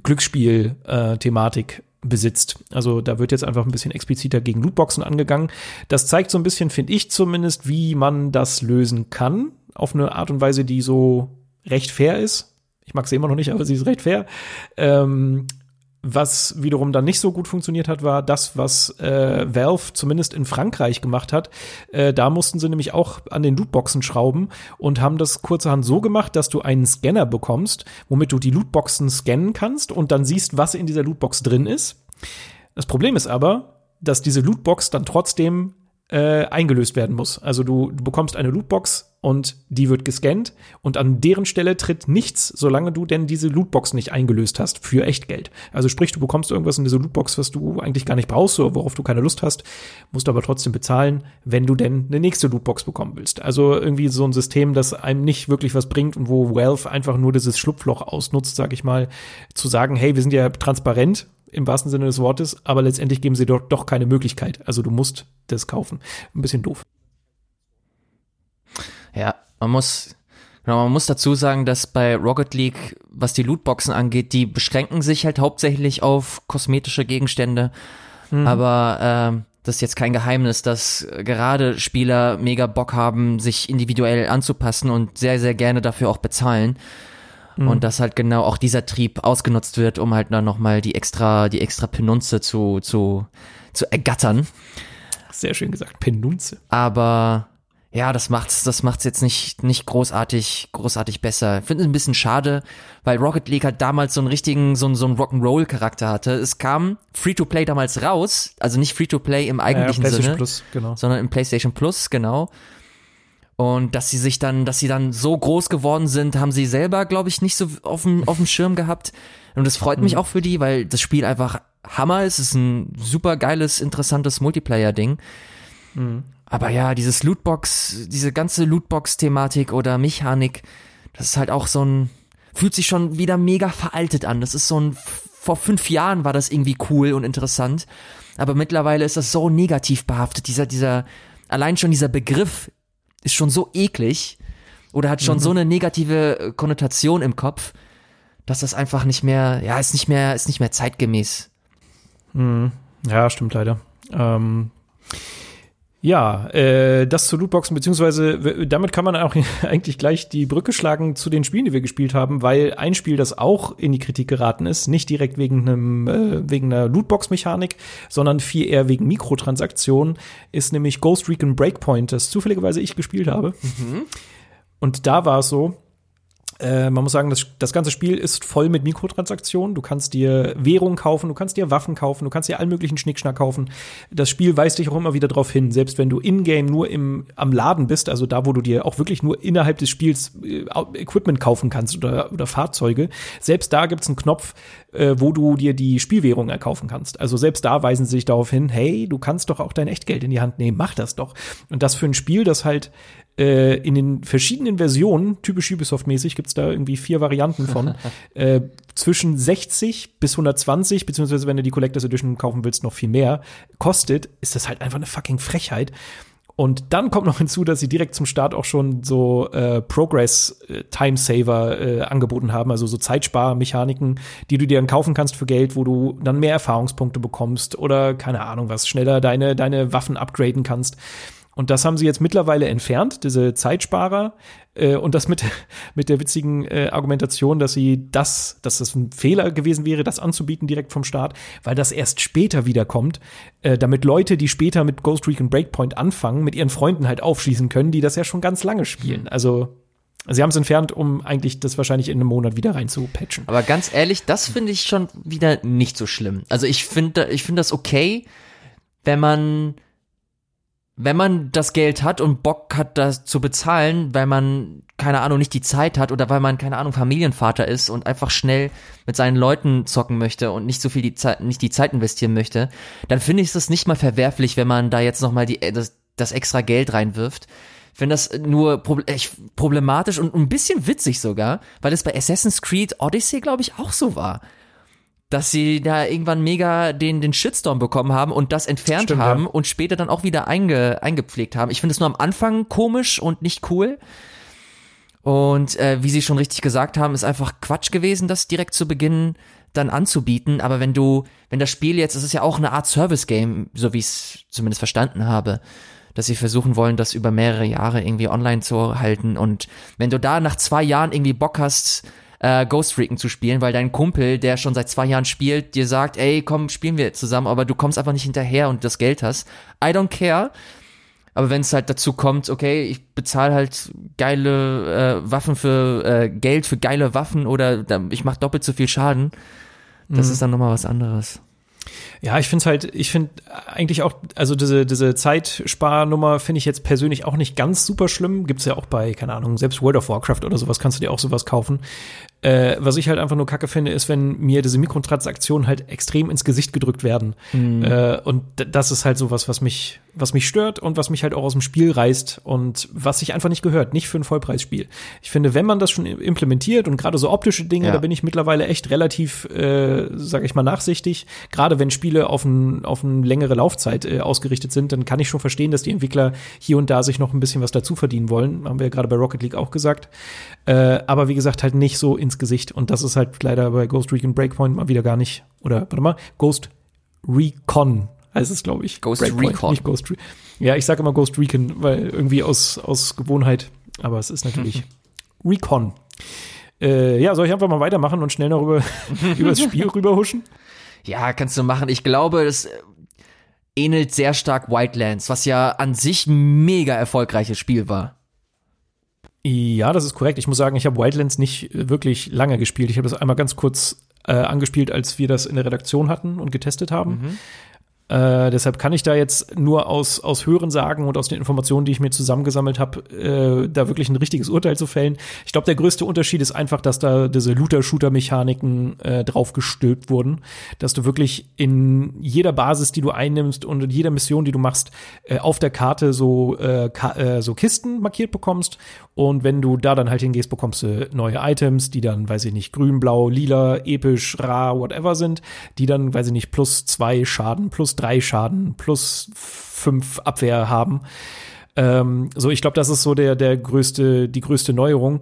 A: Glücksspiel-Thematik besitzt. Also da wird jetzt einfach ein bisschen expliziter gegen Lootboxen angegangen. Das zeigt so ein bisschen, finde ich zumindest, wie man das lösen kann. Auf eine Art und Weise, die so recht fair ist. Ich mag sie immer noch nicht, aber sie ist recht fair. Ähm, was wiederum dann nicht so gut funktioniert hat, war das, was äh, Valve zumindest in Frankreich gemacht hat. Äh, da mussten sie nämlich auch an den Lootboxen schrauben und haben das kurzerhand so gemacht, dass du einen Scanner bekommst, womit du die Lootboxen scannen kannst und dann siehst, was in dieser Lootbox drin ist. Das Problem ist aber, dass diese Lootbox dann trotzdem äh, eingelöst werden muss. Also du, du bekommst eine Lootbox und die wird gescannt und an deren Stelle tritt nichts, solange du denn diese Lootbox nicht eingelöst hast für Echtgeld. Also sprich, du bekommst irgendwas in diese Lootbox, was du eigentlich gar nicht brauchst oder worauf du keine Lust hast, musst aber trotzdem bezahlen, wenn du denn eine nächste Lootbox bekommen willst. Also irgendwie so ein System, das einem nicht wirklich was bringt und wo Valve einfach nur dieses Schlupfloch ausnutzt, sag ich mal, zu sagen, hey, wir sind ja transparent, im wahrsten Sinne des Wortes, aber letztendlich geben sie doch, doch keine Möglichkeit. Also du musst das kaufen. Ein bisschen doof.
B: Ja, man muss, genau, man muss dazu sagen, dass bei Rocket League, was die Lootboxen angeht, die beschränken sich halt hauptsächlich auf kosmetische Gegenstände. Mhm. Aber ähm, das ist jetzt kein Geheimnis, dass gerade Spieler mega Bock haben, sich individuell anzupassen und sehr, sehr gerne dafür auch bezahlen. Und dass halt genau auch dieser Trieb ausgenutzt wird, um halt dann nochmal die extra, die extra Penunze zu, zu, zu ergattern.
A: Sehr schön gesagt, Penunze.
B: Aber ja, das macht's, das macht's jetzt nicht, nicht großartig, großartig besser. Ich finde es ein bisschen schade, weil Rocket League halt damals so einen richtigen, so einen, so einen Rock'n'Roll-Charakter hatte. Es kam Free-to-Play damals raus, also nicht Free-to-Play im eigentlichen
A: ja,
B: Sinne,
A: Plus, genau.
B: sondern im PlayStation Plus, genau. Und dass sie sich dann, dass sie dann so groß geworden sind, haben sie selber, glaube ich, nicht so auf dem, auf dem Schirm gehabt. Und das freut mhm. mich auch für die, weil das Spiel einfach Hammer ist. Es ist ein super geiles, interessantes Multiplayer-Ding. Mhm. Aber ja, dieses Lootbox, diese ganze Lootbox-Thematik oder Mechanik, das ist halt auch so ein, fühlt sich schon wieder mega veraltet an. Das ist so ein, vor fünf Jahren war das irgendwie cool und interessant. Aber mittlerweile ist das so negativ behaftet. Dieser, dieser, allein schon dieser Begriff ist schon so eklig oder hat schon mhm. so eine negative Konnotation im Kopf, dass das einfach nicht mehr, ja, ist nicht mehr, ist nicht mehr zeitgemäß.
A: Mhm. Ja, stimmt leider. Ähm, ja, äh, das zu Lootboxen, beziehungsweise damit kann man auch eigentlich gleich die Brücke schlagen zu den Spielen, die wir gespielt haben, weil ein Spiel, das auch in die Kritik geraten ist, nicht direkt wegen einem äh, wegen einer Lootbox-Mechanik, sondern viel eher wegen Mikrotransaktionen, ist nämlich Ghost Recon Breakpoint, das zufälligerweise ich gespielt habe. Mhm. Und da war es so, Äh, man muss sagen, das, das ganze Spiel ist voll mit Mikrotransaktionen. Du kannst dir Währung kaufen, du kannst dir Waffen kaufen, du kannst dir allen möglichen Schnickschnack kaufen. Das Spiel weist dich auch immer wieder darauf hin, selbst wenn du in-game nur im, am Laden bist, also da, wo du dir auch wirklich nur innerhalb des Spiels äh, Equipment kaufen kannst oder, oder Fahrzeuge, selbst da gibt's einen Knopf, äh, wo du dir die Spielwährung erkaufen kannst. Also selbst da weisen sie sich darauf hin, hey, du kannst doch auch dein Echtgeld in die Hand nehmen, mach das doch. Und das für ein Spiel, das halt in den verschiedenen Versionen, typisch Ubisoft-mäßig, gibt's da irgendwie vier Varianten von, äh, zwischen sechzig bis hundertzwanzig, beziehungsweise wenn du die Collectors Edition kaufen willst, noch viel mehr, kostet, ist das halt einfach eine fucking Frechheit. Und dann kommt noch hinzu, dass sie direkt zum Start auch schon so äh, Progress-Timesaver äh, angeboten haben, also so Zeitsparmechaniken, die du dir dann kaufen kannst für Geld, wo du dann mehr Erfahrungspunkte bekommst oder, keine Ahnung was, schneller deine, deine Waffen upgraden kannst. Und das haben sie jetzt mittlerweile entfernt, diese Zeitsparer, äh, und das mit, mit der witzigen äh, Argumentation, dass sie das, dass das ein Fehler gewesen wäre, das anzubieten direkt vom Start, weil das erst später wiederkommt, äh, damit Leute, die später mit Ghost Recon Breakpoint anfangen, mit ihren Freunden halt aufschließen können, die das ja schon ganz lange spielen. Also sie haben es entfernt, um eigentlich das wahrscheinlich in einem Monat wieder rein zu patchen.
B: Aber ganz ehrlich, das finde ich schon wieder nicht so schlimm. Also ich finde, ich finde das okay, wenn man Wenn man das Geld hat und Bock hat, das zu bezahlen, weil man, keine Ahnung, nicht die Zeit hat oder weil man, keine Ahnung, Familienvater ist und einfach schnell mit seinen Leuten zocken möchte und nicht so viel die Zeit, nicht die Zeit investieren möchte, dann finde ich es nicht mal verwerflich, wenn man da jetzt nochmal die, das, das extra Geld reinwirft. Ich finde das nur problematisch und ein bisschen witzig sogar, weil es bei Assassin's Creed Odyssey, glaube ich, auch so war. Dass sie da irgendwann mega den, den Shitstorm bekommen haben und das entfernt Stimmt, haben ja. und später dann auch wieder einge, eingepflegt haben. Ich finde es nur am Anfang komisch und nicht cool. Und äh, wie sie schon richtig gesagt haben, ist einfach Quatsch gewesen, das direkt zu Beginn dann anzubieten. Aber wenn du, wenn das Spiel jetzt, es ist ja auch eine Art Service-Game, so wie ich es zumindest verstanden habe, dass sie versuchen wollen, das über mehrere Jahre irgendwie online zu halten. Und wenn du da nach zwei Jahren irgendwie Bock hast, Äh, Ghost Recon zu spielen, weil dein Kumpel, der schon seit zwei Jahren spielt, dir sagt, ey, komm, spielen wir zusammen, aber du kommst einfach nicht hinterher und das Geld hast. I don't care. Aber wenn es halt dazu kommt, okay, ich bezahle halt geile äh, Waffen für äh, Geld für geile Waffen oder äh, ich mache doppelt so viel Schaden, das mhm. ist dann nochmal was anderes.
A: Ja, ich finde es halt, ich finde eigentlich auch, also diese, diese Zeitsparnummer finde ich jetzt persönlich auch nicht ganz super schlimm. Gibt's ja auch bei, keine Ahnung, selbst World of Warcraft oder sowas, kannst du dir auch sowas kaufen. Äh, was ich halt einfach nur kacke finde, ist, wenn mir diese Mikrotransaktionen halt extrem ins Gesicht gedrückt werden. Mhm. Äh, und d- das ist halt sowas, was mich, was mich stört und was mich halt auch aus dem Spiel reißt und was sich einfach nicht gehört, nicht für ein Vollpreisspiel. Ich finde, wenn man das schon implementiert und gerade so optische Dinge, ja. da bin ich mittlerweile echt relativ, äh, sag ich mal, nachsichtig. Gerade wenn Spiele auf ein, auf eine längere Laufzeit äh, ausgerichtet sind, dann kann ich schon verstehen, dass die Entwickler hier und da sich noch ein bisschen was dazu verdienen wollen. Haben wir ja gerade bei Rocket League auch gesagt. Äh, aber wie gesagt, halt nicht so ins Gesicht. Und das ist halt leider bei Ghost Recon Breakpoint mal wieder gar nicht. Oder, warte mal, Ghost Recon heißt es, glaube ich.
B: Ghost
A: Breakpoint,
B: Recon.
A: Nicht Ghost Re- ja, ich sage immer Ghost Recon, weil irgendwie aus, aus Gewohnheit. Aber es ist natürlich Recon. Äh, ja, soll ich einfach mal weitermachen und schnell noch über, über das Spiel rüberhuschen?
B: Ja, kannst du machen. Ich glaube, das ähnelt sehr stark Wildlands, was ja an sich ein mega erfolgreiches Spiel war.
A: Ja, das ist korrekt. Ich muss sagen, ich habe Wildlands nicht wirklich lange gespielt. Ich habe das einmal ganz kurz äh, angespielt, als wir das in der Redaktion hatten und getestet haben. Mhm. Äh, deshalb kann ich da jetzt nur aus, aus Hören sagen und aus den Informationen, die ich mir zusammengesammelt habe, äh, da wirklich ein richtiges Urteil zu fällen. Ich glaube, der größte Unterschied ist einfach, dass da diese Looter-Shooter-Mechaniken äh, drauf gestülpt wurden, dass du wirklich in jeder Basis, die du einnimmst und in jeder Mission, die du machst, äh, auf der Karte so, äh, ka- äh, so Kisten markiert bekommst. Und wenn du da dann halt hingehst, bekommst du neue Items, die dann, weiß ich nicht, grün, blau, lila, episch, rar, whatever sind, die dann, weiß ich nicht, plus zwei Schaden, plus drei Schaden, plus fünf Abwehr haben. Ähm, so, ich glaube, das ist so der, der größte, die größte Neuerung,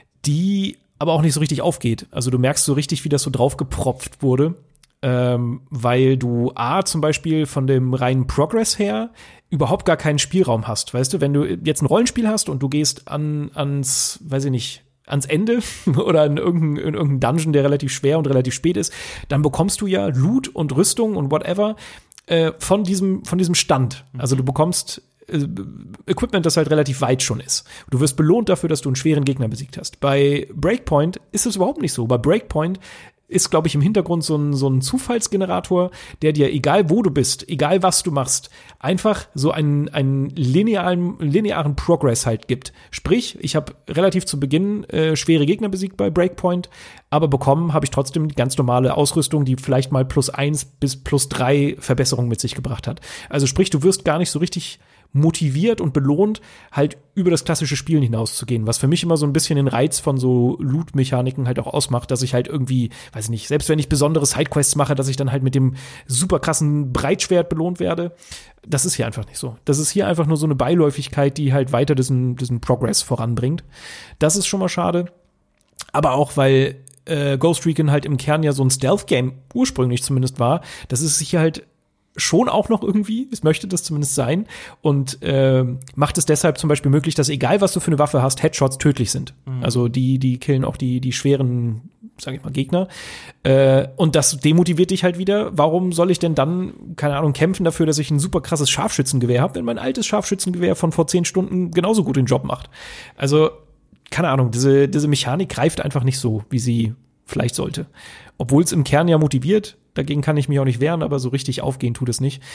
A: die aber auch nicht so richtig aufgeht. Also du merkst so richtig, wie das so draufgepropft wurde. Ähm, weil du A, zum Beispiel von dem reinen Progress her überhaupt gar keinen Spielraum hast, weißt du, wenn du jetzt ein Rollenspiel hast und du gehst an, ans, weiß ich nicht, ans Ende oder in irgendein, in irgendein Dungeon, der relativ schwer und relativ spät ist, dann bekommst du ja Loot und Rüstung und whatever äh, von diesem, von diesem Stand. Also du bekommst äh, Equipment, das halt relativ weit schon ist. Du wirst belohnt dafür, dass du einen schweren Gegner besiegt hast. Bei Breakpoint ist es überhaupt nicht so. Bei Breakpoint ist, glaube ich, im Hintergrund so ein, so ein Zufallsgenerator, der dir, egal wo du bist, egal was du machst, einfach so einen, einen linearen, linearen Progress halt gibt. Sprich, ich habe relativ zu Beginn äh, schwere Gegner besiegt bei Breakpoint, aber bekommen habe ich trotzdem die ganz normale Ausrüstung, die vielleicht mal plus eins bis plus drei Verbesserungen mit sich gebracht hat. Also sprich, du wirst gar nicht so richtig motiviert und belohnt, halt über das klassische Spielen hinauszugehen, was für mich immer so ein bisschen den Reiz von so Loot-Mechaniken halt auch ausmacht, dass ich halt irgendwie, weiß ich nicht, selbst wenn ich besondere Sidequests mache, dass ich dann halt mit dem super krassen Breitschwert belohnt werde. Das ist hier einfach nicht so. Das ist hier einfach nur so eine Beiläufigkeit, die halt weiter diesen, diesen Progress voranbringt. Das ist schon mal schade. Aber auch, weil äh, Ghost Recon halt im Kern ja so ein Stealth-Game ursprünglich zumindest war, das ist hier halt schon auch noch irgendwie, es möchte das zumindest sein und äh, macht es deshalb zum Beispiel möglich, dass egal was du für eine Waffe hast, Headshots tödlich sind. Mhm. Also die die killen auch die die schweren, sag ich mal, Gegner. Äh, und das demotiviert dich halt wieder. Warum soll ich denn dann, keine Ahnung, kämpfen dafür, dass ich ein super krasses Scharfschützengewehr habe, wenn mein altes Scharfschützengewehr von vor zehn Stunden genauso gut den Job macht? Also, keine Ahnung, diese diese Mechanik greift einfach nicht so, wie sie vielleicht sollte. Obwohl es im Kern ja motiviert, dagegen kann ich mich auch nicht wehren, aber so richtig aufgehen tut es nicht.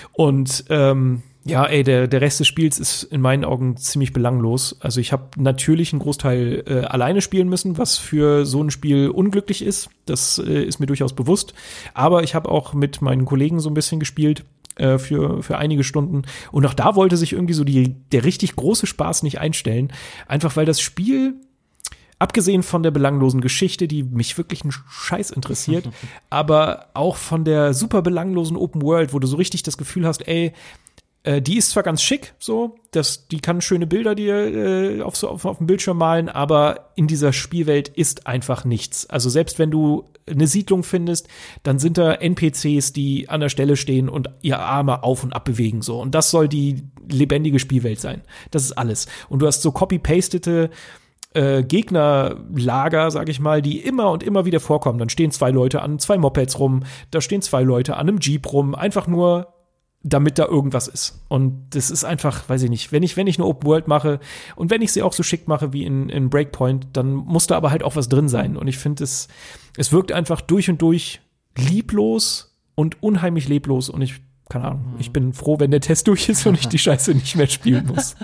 A: Und ähm, ja, ey, der, der Rest des Spiels ist in meinen Augen ziemlich belanglos. Also ich habe natürlich einen Großteil äh, alleine spielen müssen, was für so ein Spiel unglücklich ist. Das äh, ist mir durchaus bewusst. Aber ich habe auch mit meinen Kollegen so ein bisschen gespielt äh, für, für einige Stunden. Und auch da wollte sich irgendwie so die, der richtig große Spaß nicht einstellen. Einfach weil das Spiel, abgesehen von der belanglosen Geschichte, die mich wirklich einen Scheiß interessiert, aber auch von der super belanglosen Open World, wo du so richtig das Gefühl hast, ey, äh, die ist zwar ganz schick, so, das, die kann schöne Bilder dir äh, auf, so, auf, auf dem Bildschirm malen, aber in dieser Spielwelt ist einfach nichts. Also selbst wenn du eine Siedlung findest, dann sind da N P Cs, die an der Stelle stehen und ihre Arme auf und ab bewegen, so. Und das soll die lebendige Spielwelt sein. Das ist alles. Und du hast so copy-pastete Äh, Gegnerlager, sag ich mal, die immer und immer wieder vorkommen. Dann stehen zwei Leute an zwei Mopeds rum, da stehen zwei Leute an einem Jeep rum, einfach nur, damit da irgendwas ist. Und das ist einfach, weiß ich nicht, wenn ich, wenn ich eine Open World mache und wenn ich sie auch so schick mache wie in, in Breakpoint, dann muss da aber halt auch was drin sein. Und ich finde, es, es wirkt einfach durch und durch lieblos und unheimlich leblos und ich, keine Ahnung, ich bin froh, wenn der Test durch ist und ich die Scheiße nicht mehr spielen muss.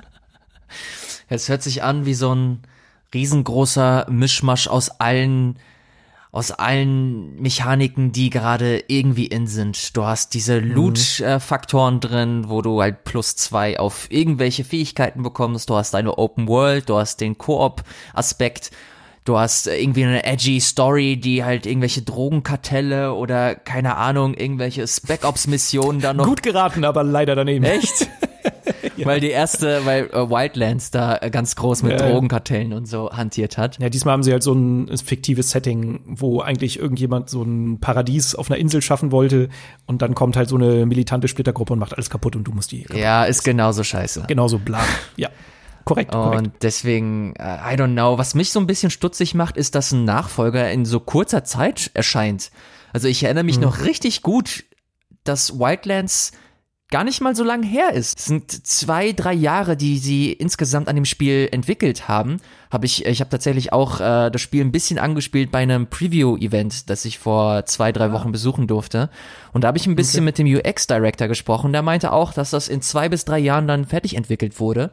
B: Es hört sich an wie so ein riesengroßer Mischmasch aus allen aus allen Mechaniken, die gerade irgendwie in sind. Du hast diese Loot-Faktoren mhm. drin, wo du halt plus zwei auf irgendwelche Fähigkeiten bekommst. Du hast deine Open World, du hast den Koop-Aspekt. Du hast irgendwie eine edgy Story, die halt irgendwelche Drogenkartelle oder keine Ahnung, irgendwelche Spec-Ops-Missionen da noch.
A: Gut geraten, aber leider daneben.
B: Echt? Ja. Weil die erste, weil äh, Wildlands da äh, ganz groß mit ja. Drogenkartellen und so hantiert hat.
A: Ja, diesmal haben sie halt so ein fiktives Setting, wo eigentlich irgendjemand so ein Paradies auf einer Insel schaffen wollte und dann kommt halt so eine militante Splittergruppe und macht alles kaputt und du musst die kaputt.
B: Ja, ist genauso scheiße.
A: Genauso bla. Ja. Korrekt, korrekt.
B: Und deswegen, uh, I don't know, was mich so ein bisschen stutzig macht, ist, dass ein Nachfolger in so kurzer Zeit erscheint. Also ich erinnere mich mhm. noch richtig gut, dass Wildlands gar nicht mal so lang her ist. Es sind zwei, drei Jahre, die sie insgesamt an dem Spiel entwickelt haben. Hab ich, ich habe tatsächlich auch äh, das Spiel ein bisschen angespielt bei einem Preview-Event, das ich vor zwei, drei Wochen besuchen durfte. Und da habe ich ein bisschen okay. mit dem U X-Director gesprochen. Der meinte auch, dass das in zwei bis drei Jahren dann fertig entwickelt wurde.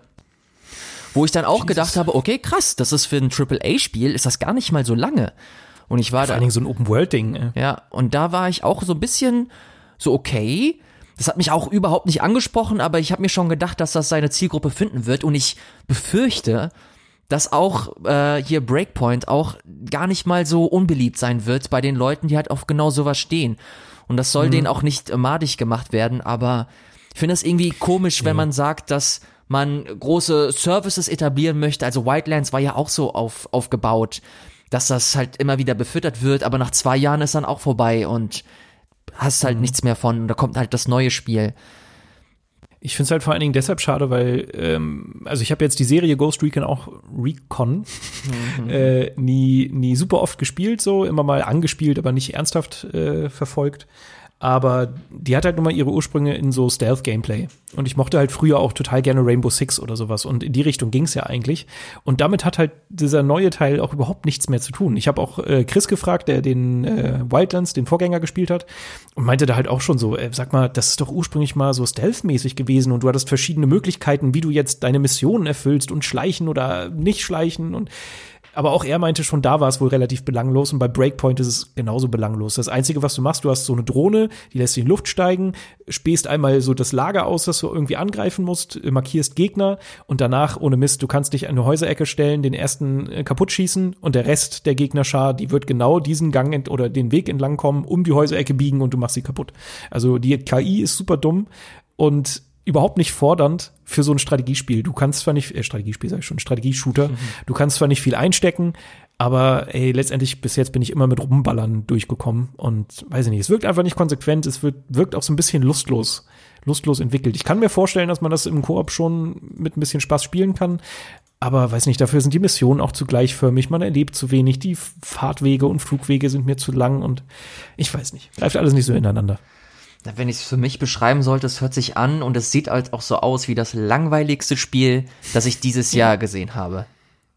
B: Wo ich dann auch Jesus. gedacht habe, okay, krass, das ist für ein Triple A Spiel, ist das gar nicht mal so lange. Und ich war
A: Vor
B: da.
A: allen Dingen so ein Open-World-Ding. Äh.
B: Ja, und da war ich auch so ein bisschen so, okay. Das hat mich auch überhaupt nicht angesprochen, aber ich habe mir schon gedacht, dass das seine Zielgruppe finden wird. Und ich befürchte, dass auch äh, hier Breakpoint auch gar nicht mal so unbeliebt sein wird bei den Leuten, die halt auf genau sowas stehen. Und das soll mhm. denen auch nicht äh, madig gemacht werden, aber ich finde das irgendwie komisch, mhm. wenn man sagt, dass man große Services etablieren möchte. Also Wildlands war ja auch so auf, aufgebaut, dass das halt immer wieder befüttert wird, aber nach zwei Jahren ist dann auch vorbei und hast halt mhm. nichts mehr von und da kommt halt das neue Spiel.
A: Ich finde es halt vor allen Dingen deshalb schade, weil, ähm, also ich habe jetzt die Serie Ghost Recon auch Recon mhm. äh, nie, nie super oft gespielt, so immer mal angespielt, aber nicht ernsthaft äh, verfolgt. Aber die hat halt nun mal ihre Ursprünge in so Stealth-Gameplay. Und ich mochte halt früher auch total gerne Rainbow Six oder sowas. Und in die Richtung ging's ja eigentlich. Und damit hat halt dieser neue Teil auch überhaupt nichts mehr zu tun. Ich habe auch äh, Chris gefragt, der den äh, Wildlands, den Vorgänger, gespielt hat. Und meinte da halt auch schon so, äh, sag mal, das ist doch ursprünglich mal so Stealth-mäßig gewesen. Und du hattest verschiedene Möglichkeiten, wie du jetzt deine Missionen erfüllst und schleichen oder nicht schleichen. Und aber auch er meinte schon, da war es wohl relativ belanglos und bei Breakpoint ist es genauso belanglos. Das Einzige, was du machst, du hast so eine Drohne, die lässt dich in die Luft steigen, spähst einmal so das Lager aus, das du irgendwie angreifen musst, markierst Gegner und danach, ohne Mist, du kannst dich an eine Häuserecke stellen, den ersten äh, kaputt schießen und der Rest der Gegnerschar, die wird genau diesen Gang ent- oder den Weg entlang kommen, um die Häuserecke biegen und du machst sie kaputt. Also die K I ist super dumm und überhaupt nicht fordernd für so ein Strategiespiel. Du kannst zwar nicht, äh, Strategiespiel sag ich schon, Strategieshooter, mhm. du kannst zwar nicht viel einstecken, aber ey, letztendlich bis jetzt bin ich immer mit Rumballern durchgekommen und weiß ich nicht, es wirkt einfach nicht konsequent, es wird, wirkt auch so ein bisschen lustlos, lustlos entwickelt. Ich kann mir vorstellen, dass man das im Koop schon mit ein bisschen Spaß spielen kann, aber weiß nicht, dafür sind die Missionen auch zu gleichförmig, man erlebt zu wenig, die Fahrtwege und Flugwege sind mir zu lang und ich weiß nicht, greift alles nicht so ineinander.
B: Wenn ich es für mich beschreiben sollte, es hört sich an und es sieht halt auch so aus wie das langweiligste Spiel, das ich dieses Jahr gesehen habe.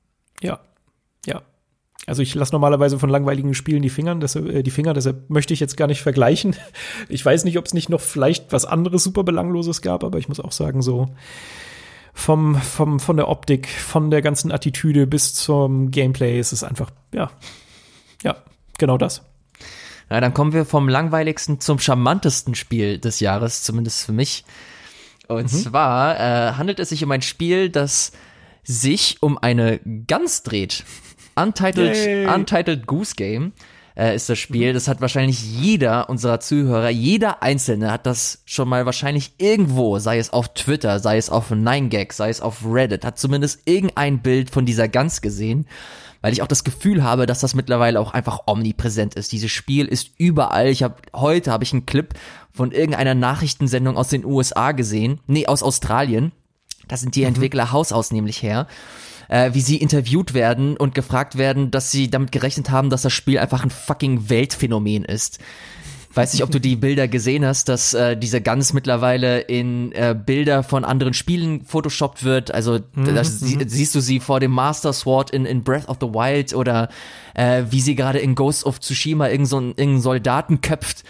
A: Ja, ja. Also ich lasse normalerweise von langweiligen Spielen die Finger, deshalb, äh, die Finger, deshalb möchte ich jetzt gar nicht vergleichen. Ich weiß nicht, ob es nicht noch vielleicht was anderes super Belangloses gab, aber ich muss auch sagen, so vom, vom, von der Optik, von der ganzen Attitüde bis zum Gameplay ist es einfach, ja, ja, genau das.
B: Na, dann kommen wir vom langweiligsten zum charmantesten Spiel des Jahres, zumindest für mich. Und mhm. zwar äh, handelt es sich um ein Spiel, das sich um eine Gans dreht. Untitled, Untitled Goose Game äh, ist das Spiel. Mhm. Das hat wahrscheinlich jeder unserer Zuhörer, jeder Einzelne hat das schon mal wahrscheinlich irgendwo, sei es auf Twitter, sei es auf nine gag, sei es auf Reddit, hat zumindest irgendein Bild von dieser Gans gesehen. Weil ich auch das Gefühl habe, dass das mittlerweile auch einfach omnipräsent ist. Dieses Spiel ist überall. Ich habe heute habe ich einen Clip von irgendeiner Nachrichtensendung aus den U S A gesehen, nee, aus Australien. Da sind die mhm. Entwickler Hausaus nämlich her, äh, wie sie interviewt werden und gefragt werden, dass sie damit gerechnet haben, dass das Spiel einfach ein fucking Weltphänomen ist. Weiß nicht, ob du die Bilder gesehen hast, dass äh, diese Gans mittlerweile in äh, Bilder von anderen Spielen photoshoppt wird. Also mhm, da sie, siehst du sie vor dem Master Sword in, in Breath of the Wild oder äh, wie sie gerade in Ghost of Tsushima irgendeinen so irgendeinen Soldaten köpft.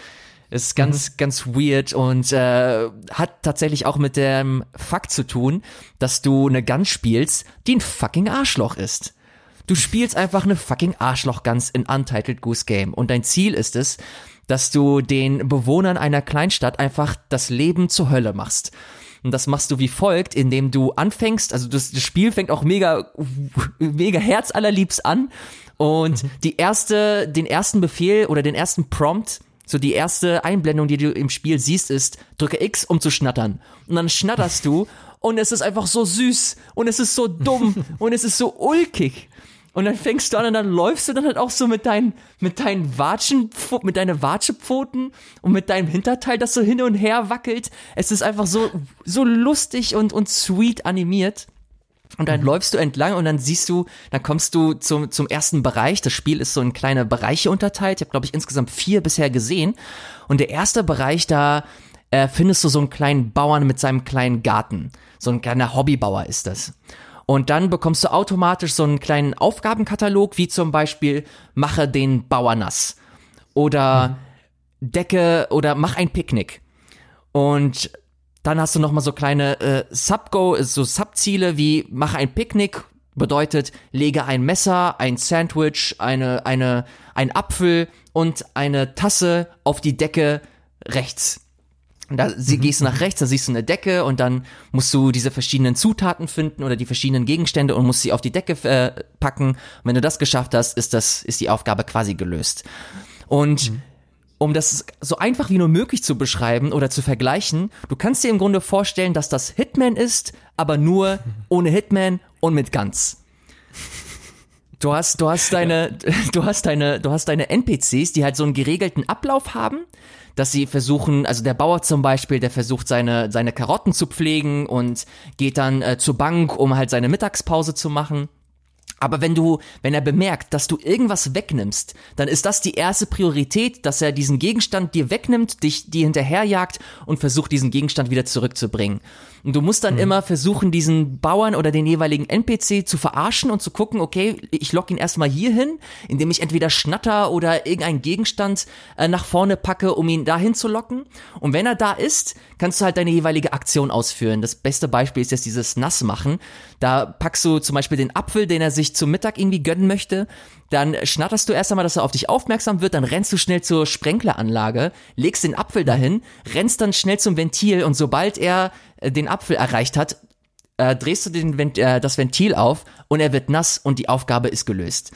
B: Ist ganz, mhm. ganz weird und äh, hat tatsächlich auch mit dem Fakt zu tun, dass du eine Gun spielst, die ein fucking Arschloch ist. Du spielst einfach eine fucking Arschloch-Guns in Untitled Goose Game und dein Ziel ist es, dass du den Bewohnern einer Kleinstadt einfach das Leben zur Hölle machst. Und das machst du wie folgt, indem du anfängst, also das, das Spiel fängt auch mega, mega herzallerliebst an und mhm. die erste, den ersten Befehl oder den ersten Prompt, so die erste Einblendung, die du im Spiel siehst, ist, drücke X, um zu schnattern. Und dann schnatterst du und es ist einfach so süß und es ist so dumm und es ist so ulkig. Und dann fängst du an und dann läufst du dann halt auch so mit deinen, mit deinen Watschen, mit deinen Watschepfoten und mit deinem Hinterteil, das so hin und her wackelt. Es ist einfach so, so lustig und, und sweet animiert. Und dann mhm. läufst du entlang und dann siehst du, dann kommst du zum, zum ersten Bereich. Das Spiel ist so in kleine Bereiche unterteilt. Ich habe, glaube ich, insgesamt vier bisher gesehen. Und der erste Bereich, da äh, findest du so einen kleinen Bauern mit seinem kleinen Garten. So ein kleiner Hobbybauer ist das. Und dann bekommst du automatisch so einen kleinen Aufgabenkatalog, wie zum Beispiel, mache den Bauer nass. Oder mhm. decke oder mach ein Picknick. Und dann hast du nochmal so kleine äh, Sub-Go, so Sub-Ziele wie mache ein Picknick, bedeutet lege ein Messer, ein Sandwich, eine, eine, ein Apfel und eine Tasse auf die Decke rechts. Da sie, mhm. gehst du nach rechts, da siehst du eine Decke und dann musst du diese verschiedenen Zutaten finden oder die verschiedenen Gegenstände und musst sie auf die Decke äh, packen. Und wenn du das geschafft hast, ist das ist die Aufgabe quasi gelöst. Und mhm. um das so einfach wie nur möglich zu beschreiben oder zu vergleichen, du kannst dir im Grunde vorstellen, dass das Hitman ist, aber nur mhm. ohne Hitman und mit Guns. Du hast, du hast deine, du hast deine, du hast deine N P Cs, die halt so einen geregelten Ablauf haben, dass sie versuchen, also der Bauer zum Beispiel, der versucht seine, seine Karotten zu pflegen und geht dann äh, zur Bank, um halt seine Mittagspause zu machen. Aber wenn du, wenn er bemerkt, dass du irgendwas wegnimmst, dann ist das die erste Priorität, dass er diesen Gegenstand dir wegnimmt, dich, dir hinterherjagt und versucht, diesen Gegenstand wieder zurückzubringen. Und du musst dann mhm. immer versuchen, diesen Bauern oder den jeweiligen N P C zu verarschen und zu gucken, okay, ich lock ihn erstmal hier hin, indem ich entweder Schnatter oder irgendeinen Gegenstand äh, nach vorne packe, um ihn dahin zu locken. Und wenn er da ist, kannst du halt deine jeweilige Aktion ausführen. Das beste Beispiel ist jetzt dieses Nassmachen. Da packst du zum Beispiel den Apfel, den er sich zum Mittag irgendwie gönnen möchte, dann schnatterst du erst einmal, dass er auf dich aufmerksam wird, dann rennst du schnell zur Sprenkleranlage, legst den Apfel dahin, rennst dann schnell zum Ventil und sobald er äh, den Apfel erreicht hat, äh, drehst du den Vent- äh, das Ventil auf und er wird nass und die Aufgabe ist gelöst.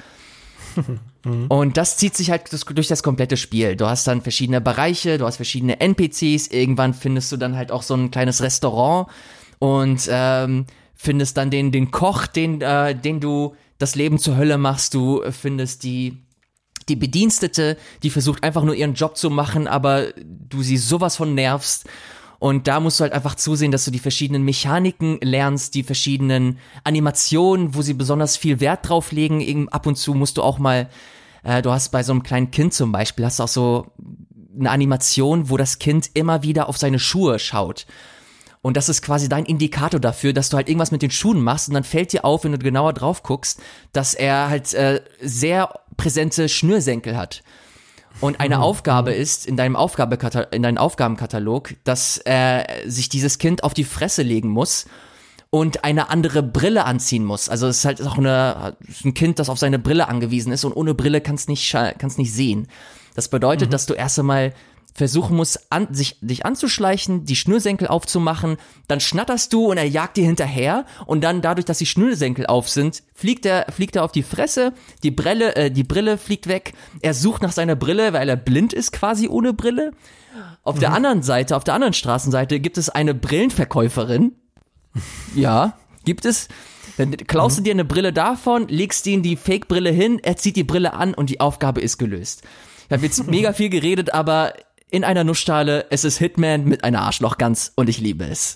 B: mhm. Und das zieht sich halt das, durch das komplette Spiel. Du hast dann verschiedene Bereiche, du hast verschiedene N P Cs, irgendwann findest du dann halt auch so ein kleines Restaurant und ähm, findest dann den, den Koch, den, äh, den du das Leben zur Hölle machst, du findest die, die Bedienstete, die versucht einfach nur ihren Job zu machen, aber du sie sowas von nervst. Und da musst du halt einfach zusehen, dass du die verschiedenen Mechaniken lernst, die verschiedenen Animationen, wo sie besonders viel Wert drauf legen. Eben ab und zu musst du auch mal, äh, du hast bei so einem kleinen Kind zum Beispiel, hast du auch so eine Animation, wo das Kind immer wieder auf seine Schuhe schaut. Und das ist quasi dein Indikator dafür, dass du halt irgendwas mit den Schuhen machst und dann fällt dir auf, wenn du genauer drauf guckst, dass er halt äh, sehr präsente Schnürsenkel hat. Und eine mhm. Aufgabe ist in deinem Aufgabekata- in deinem Aufgabenkatalog, dass äh, sich dieses Kind auf die Fresse legen muss und eine andere Brille anziehen muss. Also es ist halt auch eine, ein Kind, das auf seine Brille angewiesen ist und ohne Brille kannst nicht kannst nicht sehen. Das bedeutet, mhm. dass du erst einmal versuchen musst, an, sich, dich anzuschleichen, die Schnürsenkel aufzumachen, dann schnatterst du und er jagt dir hinterher und dann dadurch, dass die Schnürsenkel auf sind, fliegt er, fliegt er auf die Fresse, die Brille, äh, die Brille fliegt weg, er sucht nach seiner Brille, weil er blind ist quasi ohne Brille. Auf mhm. der anderen Seite, auf der anderen Straßenseite gibt es eine Brillenverkäuferin. Ja, gibt es. Dann klaust mhm. du dir eine Brille davon, legst dir die Fake-Brille hin, er zieht die Brille an und die Aufgabe ist gelöst. Ich habe jetzt mega viel geredet, aber in einer Nussschale, es ist Hitman mit einer Arschlochgans und ich liebe es.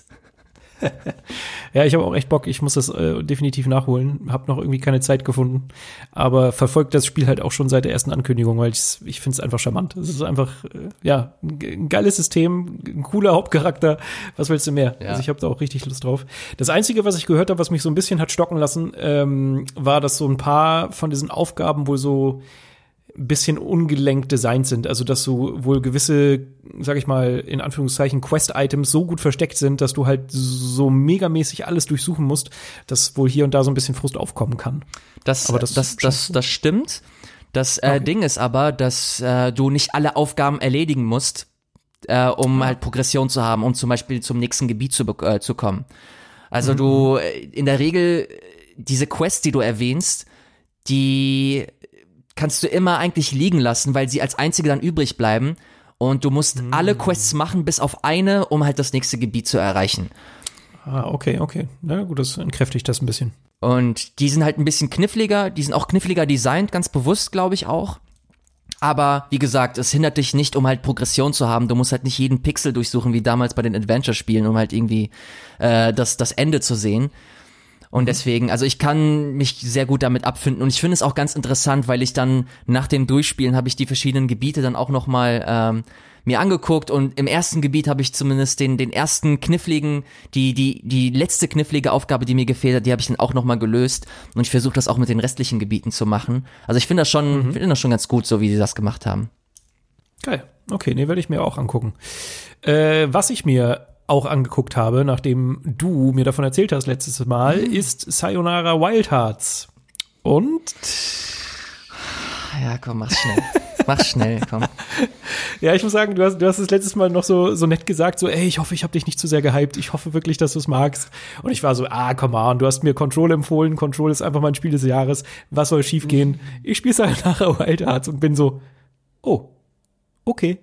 A: Ja, ich habe auch echt Bock, ich muss das äh, definitiv nachholen, habe noch irgendwie keine Zeit gefunden, aber verfolgt das Spiel halt auch schon seit der ersten Ankündigung, weil ich ich finde es einfach charmant. Es ist einfach, äh, ja, ein, ein geiles System, ein cooler Hauptcharakter, was willst du mehr? Ja. Also ich habe da auch richtig Lust drauf. Das Einzige, was ich gehört habe, was mich so ein bisschen hat stocken lassen, ähm, war, dass so ein paar von diesen Aufgaben wohl so bisschen ungelenkt designt sind. Also, dass so wohl gewisse, sag ich mal, in Anführungszeichen Quest-Items so gut versteckt sind, dass du halt so megamäßig alles durchsuchen musst, dass wohl hier und da so ein bisschen Frust aufkommen kann.
B: Das,
A: aber das,
B: das, das, das stimmt. Das äh,
A: Okay.
B: Ding ist aber, dass äh, du nicht alle Aufgaben erledigen musst, äh, um halt Progression zu haben, um zum Beispiel zum nächsten Gebiet zu, be- äh, zu kommen. Also
A: Mhm.
B: du, äh, in der Regel, diese Quests, die du erwähnst, die kannst du immer eigentlich liegen lassen, weil sie als einzige dann übrig bleiben und du musst
A: Mhm.
B: alle Quests machen, bis auf eine, um halt das nächste Gebiet zu erreichen.
A: Ah, okay, okay. Na gut, das entkräftigt das ein bisschen.
B: Und die sind halt ein bisschen kniffliger, die sind auch kniffliger designt, ganz bewusst, glaube ich auch. Aber wie gesagt, es hindert dich nicht, um halt Progression zu haben. Du musst halt nicht jeden Pixel durchsuchen, wie damals bei den Adventure-Spielen, um halt irgendwie äh, das, das Ende zu sehen. Und deswegen, also ich kann mich sehr gut damit abfinden und ich finde es auch ganz interessant, weil ich dann nach dem Durchspielen habe ich die verschiedenen Gebiete dann auch nochmal ähm, mir angeguckt und im ersten Gebiet habe ich zumindest den den ersten kniffligen, die die die letzte knifflige Aufgabe, die mir gefehlt hat, die habe ich dann auch nochmal gelöst und ich versuche das auch mit den restlichen Gebieten zu machen. Also ich finde das schon,
A: Mhm.
B: finde das schon ganz gut, so wie sie das gemacht haben.
A: Geil. Okay, nee, werde ich mir auch angucken. Äh, was ich mir auch angeguckt habe, nachdem du mir davon erzählt hast letztes Mal,
B: Mhm.
A: ist Sayonara Wild Hearts. Und
B: Ja, komm, mach's schnell. Mach's schnell, komm.
A: ja, ich muss sagen, du hast, du hast es letztes Mal noch so, so nett gesagt, so, ey, ich hoffe, ich habe dich nicht zu sehr gehypt. Ich hoffe wirklich, dass du es magst. Und ich war so, ah, come on, du hast mir Control empfohlen. Control ist einfach mein Spiel des Jahres. Was soll schief gehen? Ich spiele Sayonara Wild Hearts und bin so, oh, okay.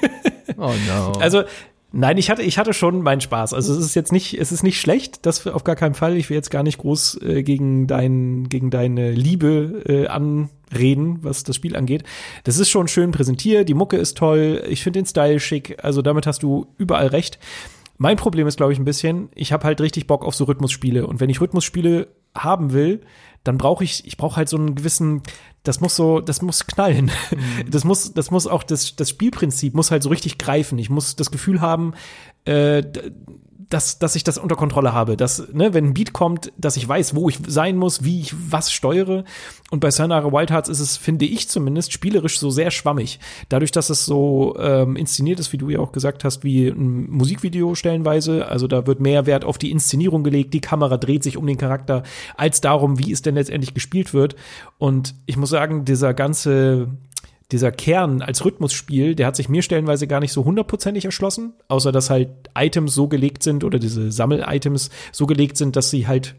B: Oh no.
A: Also, nein, ich hatte, ich hatte schon meinen Spaß. Also es ist jetzt nicht, es ist nicht schlecht, das auf gar keinen Fall. Ich will jetzt gar nicht groß äh, gegen dein, gegen deine Liebe äh, anreden, was das Spiel angeht. Das ist schon schön präsentiert, die Mucke ist toll, ich finde den Style schick, also damit hast du überall recht. Mein Problem ist, glaube ich, ein bisschen, ich habe halt richtig Bock auf so Rhythmusspiele. Und wenn ich Rhythmusspiele haben will, dann brauche ich, ich brauche halt so einen gewissen, das muss so, das muss knallen. Mhm. Das muss, das muss auch, das, das Spielprinzip muss halt so richtig greifen. Ich muss das Gefühl haben, äh, dass, dass ich das unter Kontrolle habe. Dass, ne, wenn ein Beat kommt, dass ich weiß, wo ich sein muss, wie ich was steuere. Und bei Sayonara Wild Hearts ist es, finde ich zumindest, spielerisch so sehr schwammig. Dadurch, dass es so ähm, inszeniert ist, wie du ja auch gesagt hast, wie ein Musikvideo stellenweise. Also da wird mehr Wert auf die Inszenierung gelegt. Die Kamera dreht sich um den Charakter, als darum, wie es denn letztendlich gespielt wird. Und ich muss sagen, dieser ganze dieser Kern als Rhythmusspiel, der hat sich mir stellenweise gar nicht so hundertprozentig erschlossen, außer dass halt Items so gelegt sind oder diese Sammel-Items so gelegt sind, dass sie halt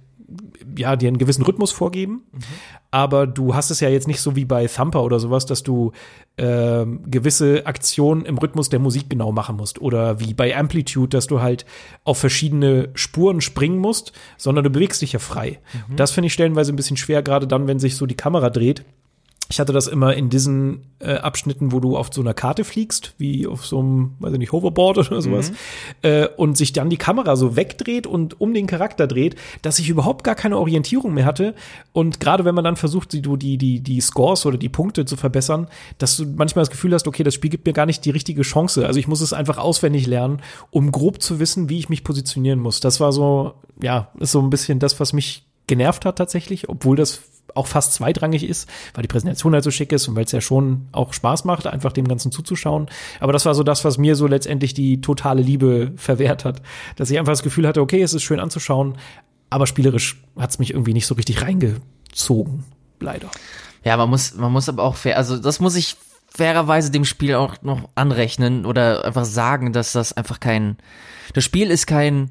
A: ja dir einen gewissen Rhythmus vorgeben. Mhm. Aber du hast es ja jetzt nicht so wie bei Thumper oder sowas, dass du ähm, gewisse Aktionen im Rhythmus der Musik genau machen musst. Oder wie bei Amplitude, dass du halt auf verschiedene Spuren springen musst, sondern du bewegst dich ja frei. Mhm. Das finde ich stellenweise ein bisschen schwer, gerade dann, wenn sich so die Kamera dreht. Ich hatte das immer in diesen äh, Abschnitten, wo du auf so einer Karte fliegst, wie auf so einem, weiß ich nicht, Hoverboard oder sowas, mhm. äh, und sich dann die Kamera so wegdreht und um den Charakter dreht, dass ich überhaupt gar keine Orientierung mehr hatte. Und gerade wenn man dann versucht, die, die, die, die Scores oder die Punkte zu verbessern, dass du manchmal das Gefühl hast, okay, das Spiel gibt mir gar nicht die richtige Chance. Also ich muss es einfach auswendig lernen, um grob zu wissen, wie ich mich positionieren muss. Das war so, ja, ist so ein bisschen das, was mich genervt hat tatsächlich, obwohl das auch fast zweitrangig ist, weil die Präsentation halt so schick ist und weil es ja schon auch Spaß macht, einfach dem Ganzen zuzuschauen. Aber das war so das, was mir so letztendlich die totale Liebe verwehrt hat. Dass ich einfach das Gefühl hatte, okay, es ist schön anzuschauen, aber spielerisch hat es mich irgendwie nicht so richtig reingezogen, leider.
B: Ja, man muss, man muss aber auch fair, also das muss ich fairerweise dem Spiel auch noch anrechnen oder einfach sagen, dass das einfach kein, das Spiel ist kein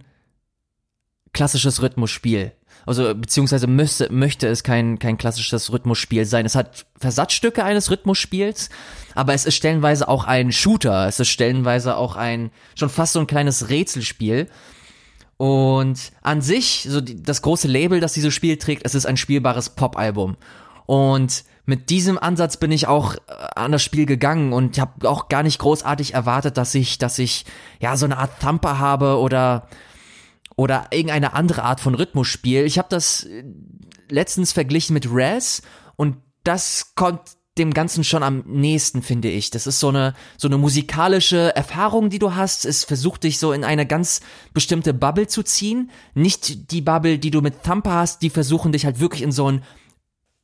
B: klassisches Rhythmusspiel. Also beziehungsweise müsste, möchte es kein, kein klassisches Rhythmusspiel sein. Es hat Versatzstücke eines Rhythmusspiels, aber es ist stellenweise auch ein Shooter. Es ist stellenweise auch ein, schon fast so ein kleines Rätselspiel. Und an sich, so die, das große Label, das dieses Spiel trägt, es ist ein spielbares Pop-Album. Und mit diesem Ansatz bin ich auch an das Spiel gegangen und habe auch gar nicht großartig erwartet, dass ich, dass ich ja so eine Art Thumper habe oder oder irgendeine andere Art von Rhythmusspiel. Ich habe das letztens verglichen mit Res und das kommt dem Ganzen schon am nächsten, finde ich. Das ist so eine so eine musikalische Erfahrung, die du hast. Es versucht dich so in eine ganz bestimmte Bubble zu ziehen. Nicht die Bubble, die du mit Thumper hast, die versuchen dich halt wirklich in so ein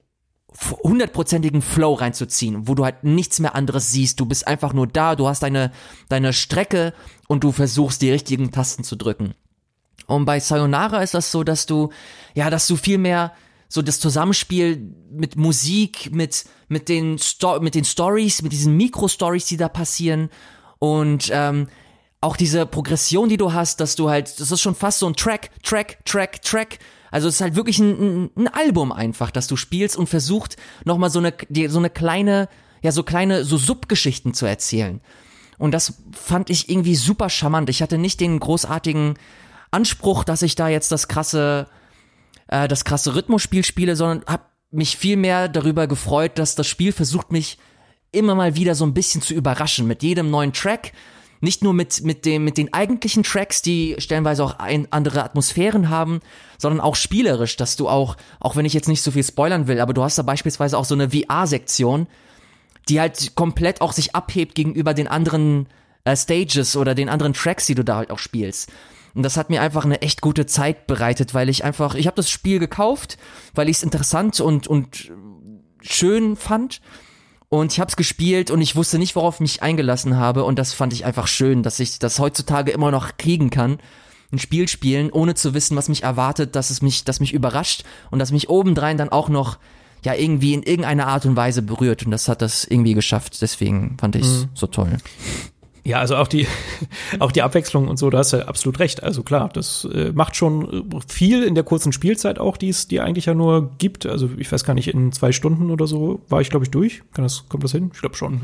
B: hundertprozentigen Flow reinzuziehen, wo du halt nichts mehr anderes siehst. Du bist einfach nur da, du hast deine, deine Strecke und du versuchst, die richtigen Tasten zu drücken. Und bei Sayonara ist das so, dass du, ja, dass du viel mehr so das Zusammenspiel mit Musik, mit, mit den, Sto- mit den Stories, mit diesen Mikro-Stories, die da passieren und, ähm, auch diese Progression, die du hast, dass du halt, das ist schon fast so ein Track, Track, Track, Track. Also es ist halt wirklich ein, ein, ein Album einfach, das du spielst und versucht nochmal so eine, die, so eine kleine, ja so kleine, so Subgeschichten zu erzählen. Und das fand ich irgendwie super charmant. Ich hatte nicht den großartigen Anspruch, dass ich da jetzt das krasse, äh, das krasse Rhythmusspiel spiele, sondern habe mich viel mehr darüber gefreut, dass das Spiel versucht, mich immer mal wieder so ein bisschen zu überraschen mit jedem neuen Track. Nicht nur mit, mit dem, mit den eigentlichen Tracks, die stellenweise auch ein, andere Atmosphären haben, sondern auch spielerisch, dass du auch, auch wenn ich jetzt nicht so viel spoilern will, aber du hast da beispielsweise auch so eine V R-Sektion, die halt komplett auch sich abhebt gegenüber den anderen äh, Stages oder den anderen Tracks, die du da halt auch spielst. Und das hat mir einfach eine echt gute Zeit bereitet, weil ich einfach, ich habe das Spiel gekauft, weil ich es interessant und, und schön fand. Und ich habe es gespielt und ich wusste nicht, worauf ich mich eingelassen habe. Und das fand ich einfach schön, dass ich das heutzutage immer noch kriegen kann. Ein Spiel spielen, ohne zu wissen, was mich erwartet, dass es mich, dass mich überrascht und dass mich obendrein dann auch noch ja irgendwie in irgendeiner Art und Weise berührt. Und das hat das irgendwie geschafft. Deswegen fand ich es mhm. so toll.
A: Ja, also auch die auch die Abwechslung und so, da hast du absolut recht. Also klar, das äh, macht schon viel in der kurzen Spielzeit auch, die es die eigentlich ja nur gibt. Also ich weiß gar nicht, in zwei Stunden oder so war ich, glaube ich, durch. Kann das, kommt das hin? Ich glaube schon. Mhm.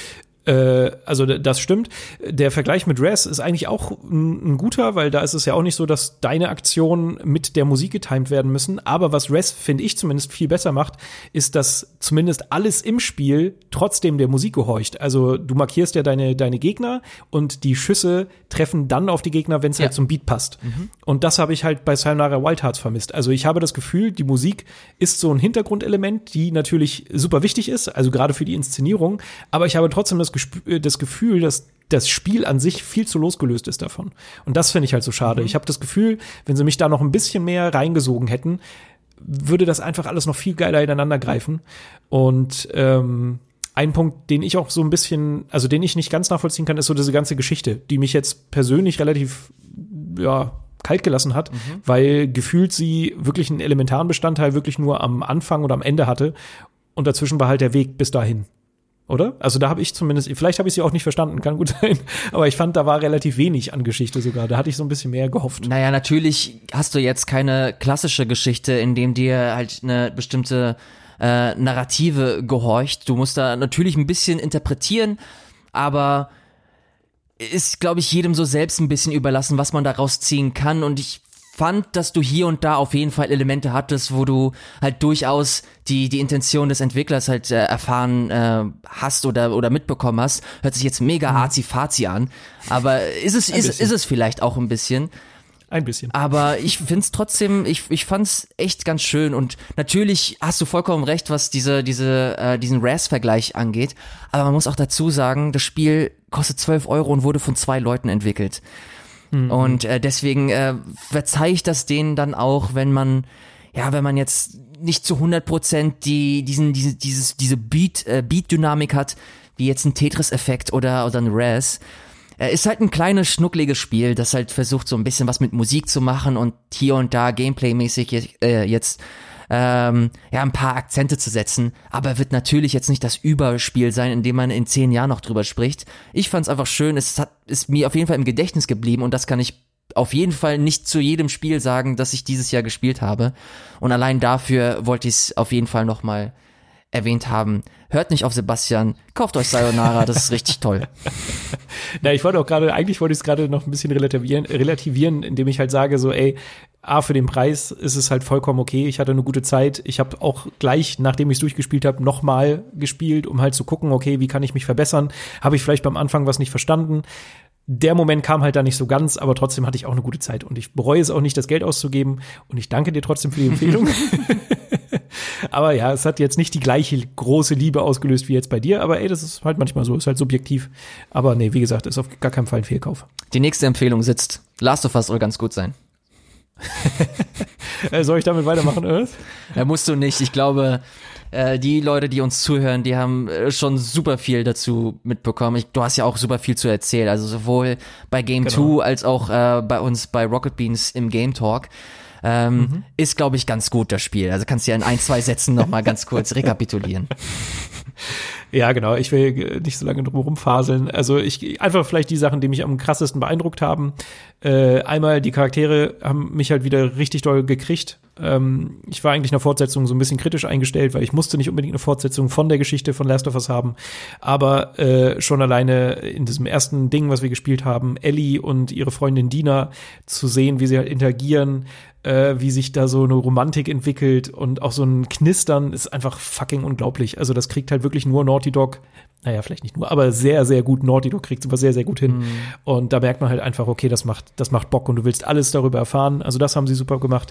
A: Äh, also das stimmt. Der Vergleich mit Res ist eigentlich auch ein, ein guter, weil da ist es ja auch nicht so, dass deine Aktionen mit der Musik getimed werden müssen. Aber was Res, finde ich zumindest, viel besser macht, ist, dass zumindest alles im Spiel trotzdem der Musik gehorcht. Also du markierst ja deine, deine Gegner und die Schüsse treffen dann auf die Gegner, wenn es ja. halt zum Beat passt. Mhm. Und das habe ich halt bei Sayonara Wild Hearts vermisst. Also ich habe das Gefühl, die Musik ist so ein Hintergrundelement, die natürlich super wichtig ist, also gerade für die Inszenierung. Aber ich habe trotzdem das das Gefühl, dass das Spiel an sich viel zu losgelöst ist davon. Und das finde ich halt so schade. Mhm. Ich habe das Gefühl, wenn sie mich da noch ein bisschen mehr reingesogen hätten, würde das einfach alles noch viel geiler ineinander greifen. Und ähm, ein Punkt, den ich auch so ein bisschen, also den ich nicht ganz nachvollziehen kann, ist so diese ganze Geschichte, die mich jetzt persönlich relativ, ja, kalt gelassen hat, mhm. weil gefühlt sie wirklich einen elementaren Bestandteil wirklich nur am Anfang oder am Ende hatte. Und dazwischen war halt der Weg bis dahin. Oder? Also da habe ich zumindest, vielleicht habe ich sie auch nicht verstanden, kann gut sein, aber ich fand, da war relativ wenig an Geschichte sogar, da hatte ich so ein bisschen mehr gehofft.
B: Naja, natürlich hast du jetzt keine klassische Geschichte, in dem dir halt eine bestimmte äh, Narrative gehorcht. Du musst da natürlich ein bisschen interpretieren, aber ist, glaube ich, jedem so selbst ein bisschen überlassen, was man daraus ziehen kann. Und ich fand, dass du hier und da auf jeden Fall Elemente hattest, wo du halt durchaus die die Intention des Entwicklers halt äh, erfahren äh, hast oder oder mitbekommen hast. Hört sich jetzt mega mhm. azi-fazi an, aber ist es ist, ist es vielleicht auch ein bisschen.
A: Ein bisschen.
B: Aber ich find's trotzdem, ich ich fand's echt ganz schön und natürlich hast du vollkommen recht, was diese diese äh, diesen Res-Vergleich angeht. Aber man muss auch dazu sagen, das Spiel kostet zwölf Euro und wurde von zwei Leuten entwickelt. Mhm. Und äh, deswegen äh, verzeih ich das denen dann auch, wenn man, ja, wenn man jetzt nicht zu hundert Prozent die, diesen, diese, dieses, diese Beat, äh, Beat-Dynamik hat, wie jetzt ein Tetris-Effekt oder, oder ein Res. Äh, ist halt ein kleines, schnuckliges Spiel, das halt versucht, so ein bisschen was mit Musik zu machen und hier und da Gameplay-mäßig äh, jetzt ähm, ja, ein paar Akzente zu setzen, aber wird natürlich jetzt nicht das Überspiel sein, in dem man in zehn Jahren noch drüber spricht. Ich fand's einfach schön, es hat, ist mir auf jeden Fall im Gedächtnis geblieben und das kann ich auf jeden Fall nicht zu jedem Spiel sagen, das ich dieses Jahr gespielt habe. Und allein dafür wollte ich es auf jeden Fall nochmal erwähnt haben. Hört nicht auf Sebastian, kauft euch Sayonara, das ist richtig toll.
A: Na, ich wollte auch gerade, eigentlich wollte ich es gerade noch ein bisschen relativieren, relativieren, indem ich halt sage so, ey, A, für den Preis ist es halt vollkommen okay. Ich hatte eine gute Zeit. Ich habe auch gleich, nachdem ich es durchgespielt habe, nochmal gespielt, um halt zu gucken, okay, wie kann ich mich verbessern? Habe ich vielleicht beim Anfang was nicht verstanden? Der Moment kam halt da nicht so ganz, aber trotzdem hatte ich auch eine gute Zeit. Und ich bereue es auch nicht, das Geld auszugeben. Und ich danke dir trotzdem für die Empfehlung. Aber ja, es hat jetzt nicht die gleiche große Liebe ausgelöst wie jetzt bei dir. Aber ey, das ist halt manchmal so, ist halt subjektiv. Aber nee, wie gesagt, ist auf gar keinen Fall ein Fehlkauf.
B: Die nächste Empfehlung sitzt. Last of Us soll ganz gut sein.
A: Soll ich damit weitermachen, oder?
B: Ja, musst du nicht. Ich glaube, äh, die Leute, die uns zuhören, die haben äh, schon super viel dazu mitbekommen. Ich, du hast ja auch super viel zu erzählen, also sowohl bei Game zwei genau. als auch äh, bei uns bei Rocket Beans im Game Talk. Ähm, mhm. Ist, glaube ich, ganz gut, das Spiel. Also kannst du ja in ein, zwei Sätzen nochmal ganz kurz rekapitulieren.
A: Ja, genau. Ich will nicht so lange drum rumfaseln. Also ich einfach vielleicht die Sachen, die mich am krassesten beeindruckt haben. Äh, einmal die Charaktere haben mich halt wieder richtig doll gekriegt. Ähm, ich war eigentlich einer Fortsetzung so ein bisschen kritisch eingestellt, weil ich musste nicht unbedingt eine Fortsetzung von der Geschichte von Last of Us haben. Aber äh, schon alleine in diesem ersten Ding, was wir gespielt haben, Ellie und ihre Freundin Dina zu sehen, wie sie halt interagieren, äh, wie sich da so eine Romantik entwickelt und auch so ein Knistern ist einfach fucking unglaublich. Also das kriegt halt wirklich nur Naughty Dog, naja, vielleicht nicht nur, aber sehr, sehr gut. Naughty Dog kriegt es aber sehr, sehr gut hin. Mm. Und da merkt man halt einfach, okay, das macht, das macht Bock und du willst alles darüber erfahren. Also das haben sie super gemacht.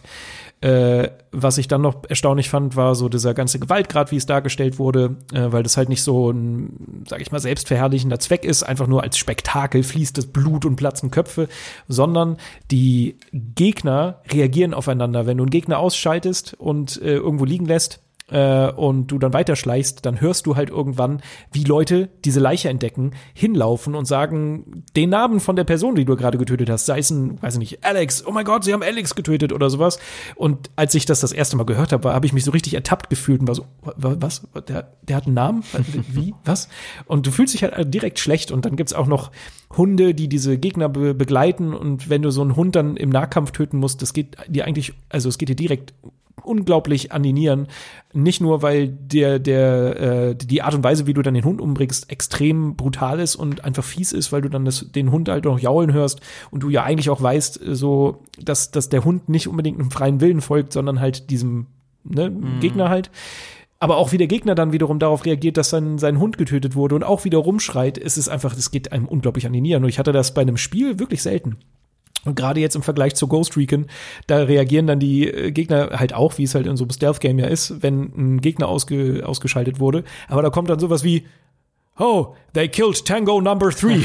A: Äh, was ich dann noch erstaunlich fand, war so dieser ganze Gewaltgrad, wie es dargestellt wurde, äh, weil das halt nicht so ein, sag ich mal, selbstverherrlichender Zweck ist, einfach nur als Spektakel fließt das Blut und platzen Köpfe, sondern die Gegner reagieren aufeinander. Wenn du einen Gegner ausschaltest und äh, irgendwo liegen lässt, Äh, und du dann weiterschleichst, dann hörst du halt irgendwann, wie Leute diese Leiche entdecken, hinlaufen und sagen den Namen von der Person, die du gerade getötet hast, sei es ein, weiß ich nicht, Alex, oh mein Gott, sie haben Alex getötet oder sowas. Und als ich das das erste Mal gehört habe, habe ich mich so richtig ertappt gefühlt und war so, was, der, der hat einen Namen? Wie? Was? Und du fühlst dich halt direkt schlecht und dann gibt's auch noch Hunde, die diese Gegner be- begleiten und wenn du so einen Hund dann im Nahkampf töten musst, das geht dir eigentlich, also es geht dir direkt unglaublich an die Nieren. Nicht nur, weil der, der, äh, die Art und Weise, wie du dann den Hund umbringst, extrem brutal ist und einfach fies ist, weil du dann das, den Hund halt noch jaulen hörst und du ja eigentlich auch weißt, so, dass, dass der Hund nicht unbedingt einem freien Willen folgt, sondern halt diesem, ne, mhm. Gegner halt. Aber auch wie der Gegner dann wiederum darauf reagiert, dass sein, sein Hund getötet wurde und auch wieder rumschreit, ist es einfach, das geht einem unglaublich an die Nieren. Und ich hatte das bei einem Spiel wirklich selten. Und gerade jetzt im Vergleich zu Ghost Recon, da reagieren dann die Gegner halt auch, wie es halt in so einem Stealth-Game ja ist, wenn ein Gegner ausge, ausgeschaltet wurde. Aber da kommt dann sowas wie, oh, they killed Tango number three.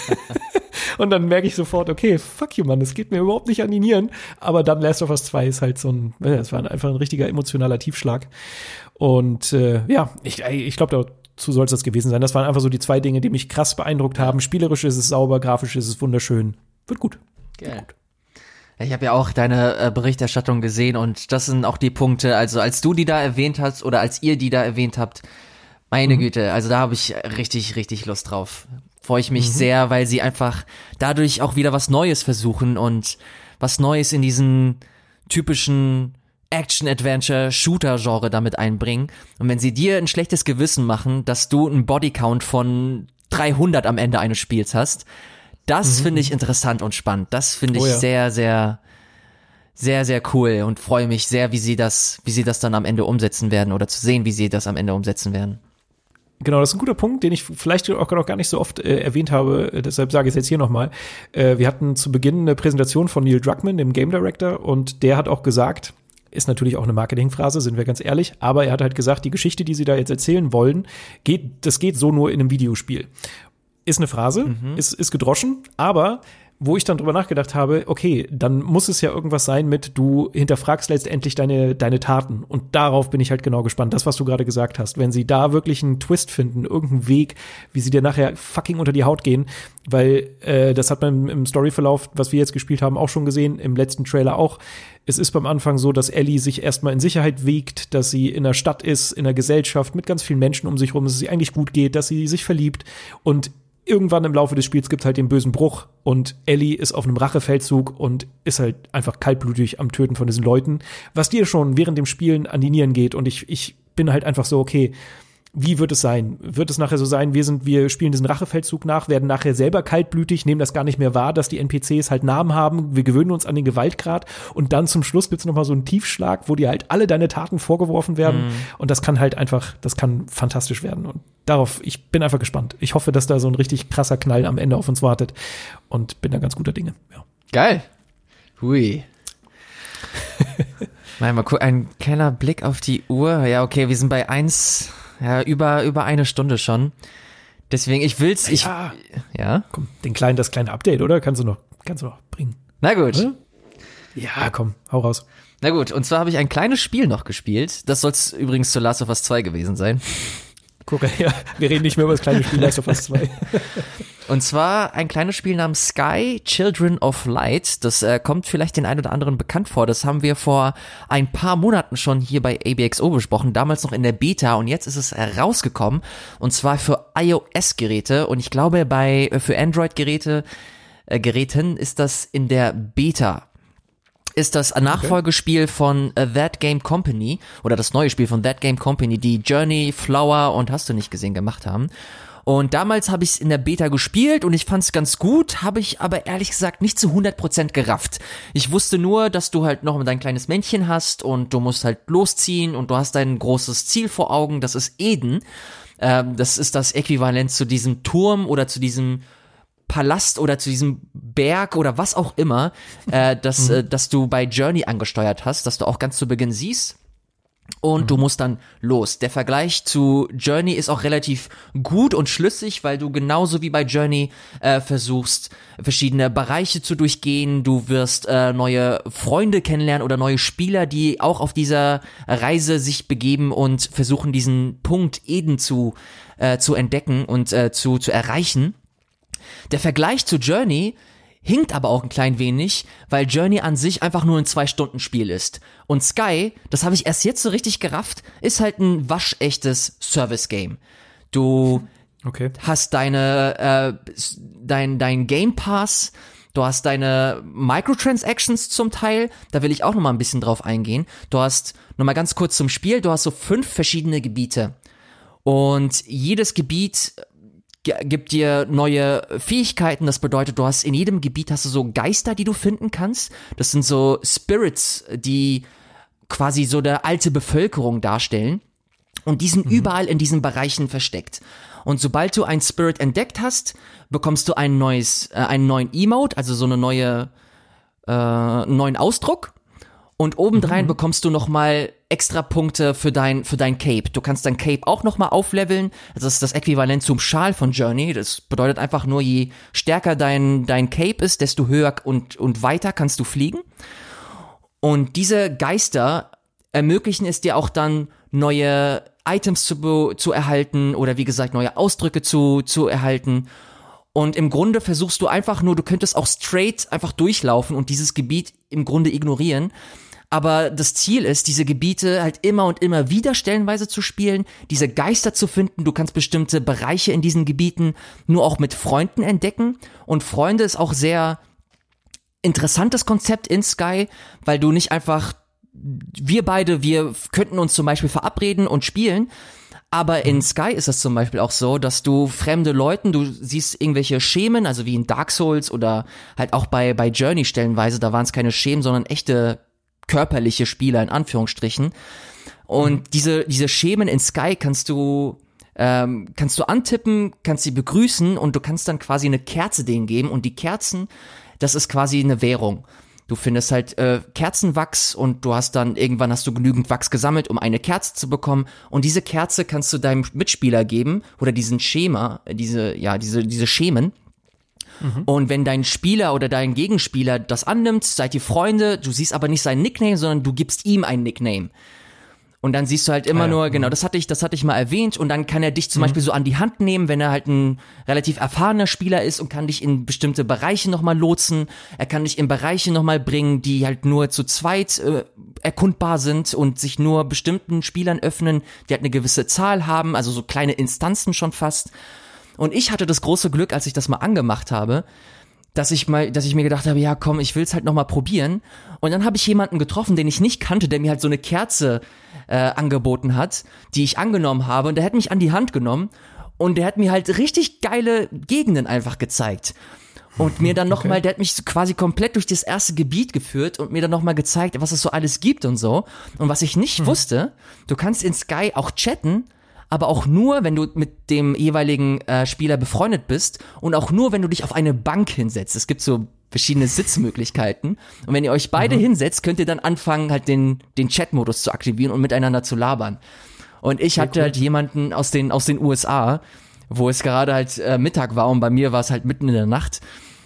A: Und dann merke ich sofort, okay, fuck you, Mann, das geht mir überhaupt nicht an die Nieren. Aber dann Last of Us zwei ist halt so ein, das war einfach ein richtiger emotionaler Tiefschlag. Und äh, ja, ich, ich glaube, dazu soll es das gewesen sein. Das waren einfach so die zwei Dinge, die mich krass beeindruckt haben. Spielerisch ist es sauber, grafisch ist es wunderschön. Wird gut.
B: Geil. Ich habe ja auch deine äh, Berichterstattung gesehen und das sind auch die Punkte, also als du die da erwähnt hast oder als ihr die da erwähnt habt, meine mhm. Güte, also da habe ich richtig, richtig Lust drauf. Freue ich mich mhm. sehr, weil sie einfach dadurch auch wieder was Neues versuchen und was Neues in diesen typischen Action-Adventure-Shooter-Genre damit einbringen. Und wenn sie dir ein schlechtes Gewissen machen, dass du einen Bodycount von dreihundert am Ende eines Spiels hast, das mhm. finde ich interessant und spannend. Das finde ich oh ja. sehr, sehr, sehr, sehr cool und freue mich sehr, wie sie das, wie sie das dann am Ende umsetzen werden oder zu sehen, wie sie das am Ende umsetzen werden.
A: Genau, das ist ein guter Punkt, den ich vielleicht auch noch gar nicht so oft äh, erwähnt habe, deshalb sage ich es jetzt hier nochmal. Äh, wir hatten zu Beginn eine Präsentation von Neil Druckmann, dem Game Director, und der hat auch gesagt, ist natürlich auch eine Marketingphrase, sind wir ganz ehrlich, aber er hat halt gesagt, die Geschichte, die sie da jetzt erzählen wollen, geht, das geht so nur in einem Videospiel. Ist eine Phrase, mhm. ist, ist gedroschen, aber wo ich dann drüber nachgedacht habe, okay, dann muss es ja irgendwas sein mit, du hinterfragst letztendlich deine, deine Taten. Und darauf bin ich halt genau gespannt. Das, was du gerade gesagt hast. Wenn sie da wirklich einen Twist finden, irgendeinen Weg, wie sie dir nachher fucking unter die Haut gehen, weil äh, das hat man im Storyverlauf, was wir jetzt gespielt haben, auch schon gesehen, im letzten Trailer auch. Es ist beim Anfang so, dass Ellie sich erstmal in Sicherheit wiegt, dass sie in der Stadt ist, in der Gesellschaft, mit ganz vielen Menschen um sich rum, dass es ihr eigentlich gut geht, dass sie sich verliebt und irgendwann im Laufe des Spiels gibt halt den bösen Bruch und Ellie ist auf einem Rachefeldzug und ist halt einfach kaltblütig am Töten von diesen Leuten, was dir schon während dem Spielen an die Nieren geht und ich, ich bin halt einfach so, okay, wie wird es sein? Wird es nachher so sein, wir sind, wir spielen diesen Rachefeldzug nach, werden nachher selber kaltblütig, nehmen das gar nicht mehr wahr, dass die N P Cs halt Namen haben, wir gewöhnen uns an den Gewaltgrad und dann zum Schluss gibt's noch mal so einen Tiefschlag, wo dir halt alle deine Taten vorgeworfen werden mhm. und das kann halt einfach, das kann fantastisch werden und darauf, ich bin einfach gespannt. Ich hoffe, dass da so ein richtig krasser Knall am Ende auf uns wartet und bin da ganz guter Dinge. Ja.
B: Geil. Hui. Mal, mal gucken, ein kleiner Blick auf die Uhr. Ja, okay, wir sind bei eins Ja, über, über eine Stunde schon. Deswegen, ich will's, ich,
A: ja.
B: ja?
A: Komm, den kleinen, das kleine Update, oder? Kannst du noch, kannst du noch bringen.
B: Na gut. Oder?
A: Ja, komm, hau raus.
B: Na gut, und zwar habe ich ein kleines Spiel noch gespielt. Das soll es übrigens zu Last of Us zwei gewesen sein.
A: Korrekt, ja. Wir reden nicht mehr über das kleine Spiel Last of Us zwei.
B: Und zwar ein kleines Spiel namens Sky Children of Light. Das äh, kommt vielleicht den einen oder anderen bekannt vor. Das haben wir vor ein paar Monaten schon hier bei A B X O besprochen. Damals noch in der Beta und jetzt ist es rausgekommen. Und zwar für iOS-Geräte. Und ich glaube, bei für Android-Geräte äh, Geräten ist das in der Beta. Ist das ein Nachfolgespiel von uh, That Game Company oder das neue Spiel von That Game Company, die Journey, Flower und hast du nicht gesehen gemacht haben. Und damals habe ich es in der Beta gespielt und ich fand es ganz gut, habe ich aber ehrlich gesagt nicht zu hundert Prozent gerafft. Ich wusste nur, dass du halt noch dein kleines Männchen hast und du musst halt losziehen und du hast dein großes Ziel vor Augen, das ist Eden. Ähm, das ist das Äquivalent zu diesem Turm oder zu diesem Palast oder zu diesem Berg oder was auch immer, äh, das, mhm. äh, dass du bei Journey angesteuert hast, dass du auch ganz zu Beginn siehst. Und mhm. du musst dann los. Der Vergleich zu Journey ist auch relativ gut und schlüssig, weil du genauso wie bei Journey äh, versuchst, verschiedene Bereiche zu durchgehen. Du wirst äh, neue Freunde kennenlernen oder neue Spieler, die auch auf dieser Reise sich begeben und versuchen, diesen Punkt Eden zu, äh, zu entdecken und äh, zu, zu erreichen. Der Vergleich zu Journey hinkt aber auch ein klein wenig, weil Journey an sich einfach nur ein Zwei-Stunden-Spiel ist. Und Sky, das habe ich erst jetzt so richtig gerafft, ist halt ein waschechtes Service-Game. Du okay. hast deine, äh, dein, dein Game Pass, du hast deine Microtransactions zum Teil, da will ich auch nochmal ein bisschen drauf eingehen. Du hast, nochmal ganz kurz zum Spiel, du hast so fünf verschiedene Gebiete. Und jedes Gebiet gibt dir neue Fähigkeiten, das bedeutet, du hast in jedem Gebiet hast du so Geister, die du finden kannst. Das sind so Spirits, die quasi so der alte Bevölkerung darstellen. Und die sind mhm. überall in diesen Bereichen versteckt. Und sobald du einen Spirit entdeckt hast, bekommst du ein neues, äh, einen neuen Emote, also so eine neue, äh, neuen Ausdruck. Und obendrein mhm. bekommst du nochmal extra Punkte für dein, für dein Cape. Du kannst dein Cape auch nochmal aufleveln. Das ist das Äquivalent zum Schal von Journey. Das bedeutet einfach nur, je stärker dein, dein Cape ist, desto höher und, und weiter kannst du fliegen. Und diese Geister ermöglichen es dir auch dann, neue Items zu, zu erhalten oder wie gesagt, neue Ausdrücke zu, zu erhalten. Und im Grunde versuchst du einfach nur, du könntest auch straight einfach durchlaufen und dieses Gebiet im Grunde ignorieren. Aber das Ziel ist, diese Gebiete halt immer und immer wieder stellenweise zu spielen, diese Geister zu finden. Du kannst bestimmte Bereiche in diesen Gebieten nur auch mit Freunden entdecken. Und Freunde ist auch sehr interessantes Konzept in Sky, weil du nicht einfach, wir beide, wir könnten uns zum Beispiel verabreden und spielen. Aber in Sky ist es zum Beispiel auch so, dass du fremde Leuten, du siehst irgendwelche Schemen, also wie in Dark Souls oder halt auch bei, bei Journey stellenweise, da waren es keine Schemen, sondern echte körperliche Spieler in Anführungsstrichen. Und mhm. diese, diese Schemen in Sky kannst du, ähm, kannst du antippen, kannst sie begrüßen und du kannst dann quasi eine Kerze denen geben und die Kerzen, das ist quasi eine Währung. Du findest halt äh, Kerzenwachs und du hast dann, irgendwann hast du genügend Wachs gesammelt, um eine Kerze zu bekommen. Und diese Kerze kannst du deinem Mitspieler geben oder diesen Schema, diese, ja, diese, diese Schemen. Mhm. Und wenn dein Spieler oder dein Gegenspieler das annimmt, seid ihr Freunde, du siehst aber nicht seinen Nickname, sondern du gibst ihm einen Nickname. Und dann siehst du halt immer ah, ja. nur, genau, das hatte ich, das hatte ich mal erwähnt und dann kann er dich zum mhm. Beispiel so an die Hand nehmen, wenn er halt ein relativ erfahrener Spieler ist und kann dich in bestimmte Bereiche nochmal lotsen. Er kann dich in Bereiche nochmal bringen, die halt nur zu zweit äh, erkundbar sind und sich nur bestimmten Spielern öffnen, die halt eine gewisse Zahl haben, also so kleine Instanzen schon fast. Und ich hatte das große Glück, als ich das mal angemacht habe, dass ich mal, dass ich mir gedacht habe, ja komm, ich will's halt noch mal probieren. Und dann habe ich jemanden getroffen, den ich nicht kannte, der mir halt so eine Kerze äh, angeboten hat, die ich angenommen habe. Und der hat mich an die Hand genommen und der hat mir halt richtig geile Gegenden einfach gezeigt. Und mir dann nochmal, okay. der hat mich quasi komplett durch das erste Gebiet geführt und mir dann nochmal gezeigt, was es so alles gibt und so. Und was ich nicht hm. wusste, du kannst in Sky auch chatten, aber auch nur, wenn du mit dem jeweiligen äh, Spieler befreundet bist und auch nur, wenn du dich auf eine Bank hinsetzt. Es gibt so verschiedene Sitzmöglichkeiten und wenn ihr euch beide mhm. hinsetzt, könnt ihr dann anfangen, halt den den Chat-Modus zu aktivieren und miteinander zu labern. Und ich hatte cool. halt jemanden aus den aus den U S A, wo es gerade halt äh, Mittag war und bei mir war es halt mitten in der Nacht.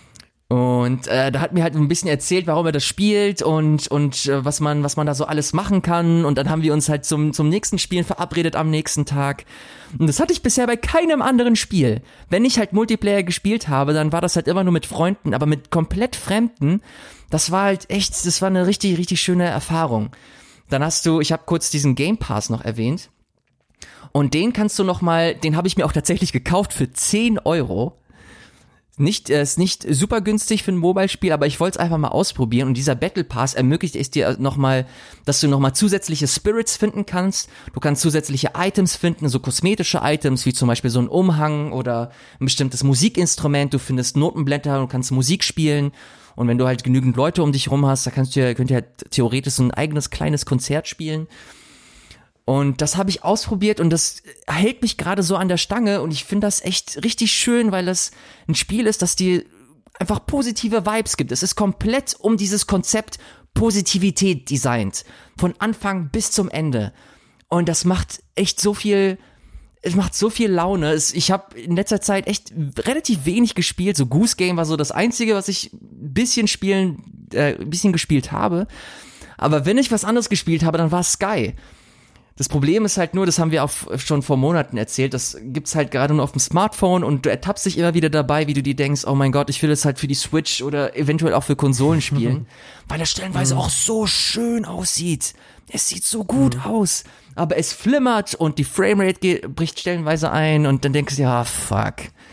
B: Und äh, da hat mir halt ein bisschen erzählt, warum er das spielt und und äh, was man was man da so alles machen kann. Und dann haben wir uns halt zum zum nächsten Spielen verabredet am nächsten Tag. Und das hatte ich bisher bei keinem anderen Spiel. Wenn ich halt Multiplayer gespielt habe, dann war das halt immer nur mit Freunden, aber mit komplett Fremden. Das war halt echt, das war eine richtig richtig schöne Erfahrung. Dann hast du, ich habe kurz diesen Game Pass noch erwähnt. Und den kannst du noch mal, den habe ich mir auch tatsächlich gekauft für zehn Euro. Nicht, äh, ist nicht super günstig für ein Mobile-Spiel, aber ich wollte es einfach mal ausprobieren und dieser Battle Pass ermöglicht es dir nochmal, dass du nochmal zusätzliche Spirits finden kannst. Du kannst zusätzliche Items finden, so kosmetische Items, wie zum Beispiel so ein Umhang oder ein bestimmtes Musikinstrument. Du findest Notenblätter und kannst Musik spielen. Und wenn du halt genügend Leute um dich rum hast, da kannst du ja, könnt ihr halt theoretisch so ein eigenes kleines Konzert spielen. Und das habe ich ausprobiert und das hält mich gerade so an der Stange und ich finde das echt richtig schön, weil das ein Spiel ist, das dir einfach positive Vibes gibt. Es ist komplett um dieses Konzept Positivität designt. Von Anfang bis zum Ende. Und das macht echt so viel, es macht so viel Laune. Es, ich habe in letzter Zeit echt relativ wenig gespielt. So Goose Game war so das Einzige, was ich ein bisschen spielen, äh, ein bisschen gespielt habe. Aber wenn ich was anderes gespielt habe, dann war es Sky. Das Problem ist halt nur, das haben wir auch schon vor Monaten erzählt, das gibt's halt gerade nur auf dem Smartphone und du ertappst dich immer wieder dabei, wie du dir denkst, oh mein Gott, ich will das halt für die Switch oder eventuell auch für Konsolen spielen, mhm. weil das stellenweise mhm. auch so schön aussieht. Es sieht so gut mhm. aus, aber es flimmert und die Framerate ge- bricht stellenweise ein und dann denkst du, ja, fuck.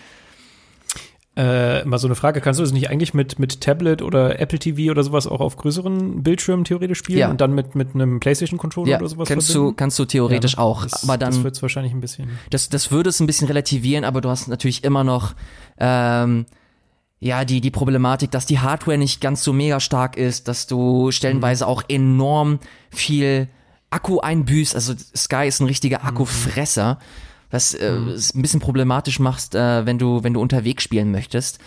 A: Äh, mal so eine Frage, kannst du das nicht eigentlich mit mit Tablet oder Apple T V oder sowas auch auf größeren Bildschirmen theoretisch spielen
B: ja.
A: und dann mit mit einem PlayStation-Controller
B: ja,
A: oder sowas
B: kannst
A: verbinden?
B: du kannst du theoretisch
A: ja,
B: auch,
A: das,
B: aber dann
A: das wird's wahrscheinlich ein bisschen.
B: Das das würde es ein bisschen relativieren, aber du hast natürlich immer noch ähm, ja die die Problematik, dass die Hardware nicht ganz so mega stark ist, dass du stellenweise mhm. auch enorm viel Akku einbüßt. Also Sky ist ein richtiger Akkufresser. Was äh, mhm. es ein bisschen problematisch machst, äh, wenn du wenn du unterwegs spielen möchtest.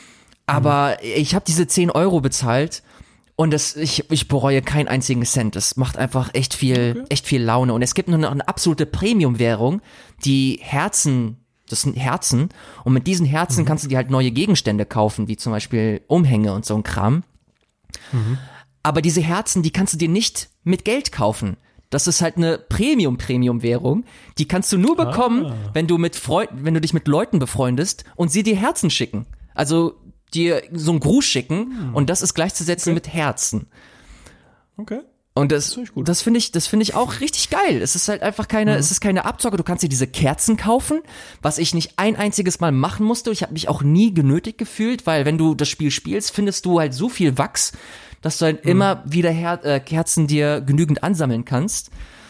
B: Aber mhm. ich habe diese zehn Euro bezahlt und das, ich, ich bereue keinen einzigen Cent. Das macht einfach echt viel okay. echt viel Laune. Und es gibt noch eine absolute Premium-Währung, die Herzen, das sind Herzen. Und mit diesen Herzen mhm. kannst du dir halt neue Gegenstände kaufen, wie zum Beispiel Umhänge und so ein Kram. Mhm. Aber diese Herzen, die kannst du dir nicht mit Geld kaufen. Das ist halt eine Premium-Premium-Währung. Die kannst du nur bekommen, ah. wenn du mit Freunden, wenn du dich mit Leuten befreundest und sie dir Herzen schicken. Also dir so einen Gruß schicken hm. und das ist gleichzusetzen okay. mit Herzen.
A: Okay.
B: Und das, das, das finde ich, das finde ich auch richtig geil. Es ist halt einfach keine, mhm. es ist keine Abzocke. Du kannst dir diese Kerzen kaufen, was ich nicht ein einziges Mal machen musste. Ich habe mich auch nie genötigt gefühlt, weil wenn du das Spiel spielst, findest du halt so viel Wachs, dass du halt mhm. immer wieder Her- äh, Kerzen dir genügend ansammeln kannst.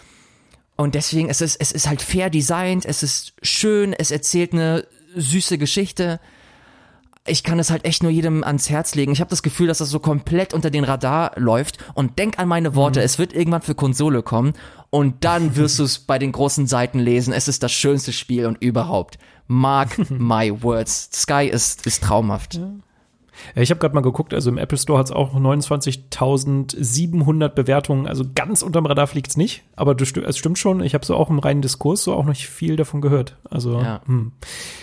B: Und deswegen, es ist, es ist halt fair designt, es ist schön, es erzählt eine süße Geschichte. Ich kann es halt echt nur jedem ans Herz legen. Ich habe das Gefühl, dass das so komplett unter den Radar läuft. Und denk an meine Worte, mhm. es wird irgendwann für Konsole kommen. Und dann wirst du es bei den großen Seiten lesen. Es ist das schönste Spiel und überhaupt. Mark my words. Sky ist, ist traumhaft.
A: Ja. Ich habe gerade mal geguckt, also im Apple Store hat es auch neunundzwanzigtausendsiebenhundert Bewertungen, also ganz unterm Radar fliegt's nicht, aber das, es stimmt schon, ich habe so auch im reinen Diskurs so auch noch nicht viel davon gehört. Also,
B: ja,
A: hm.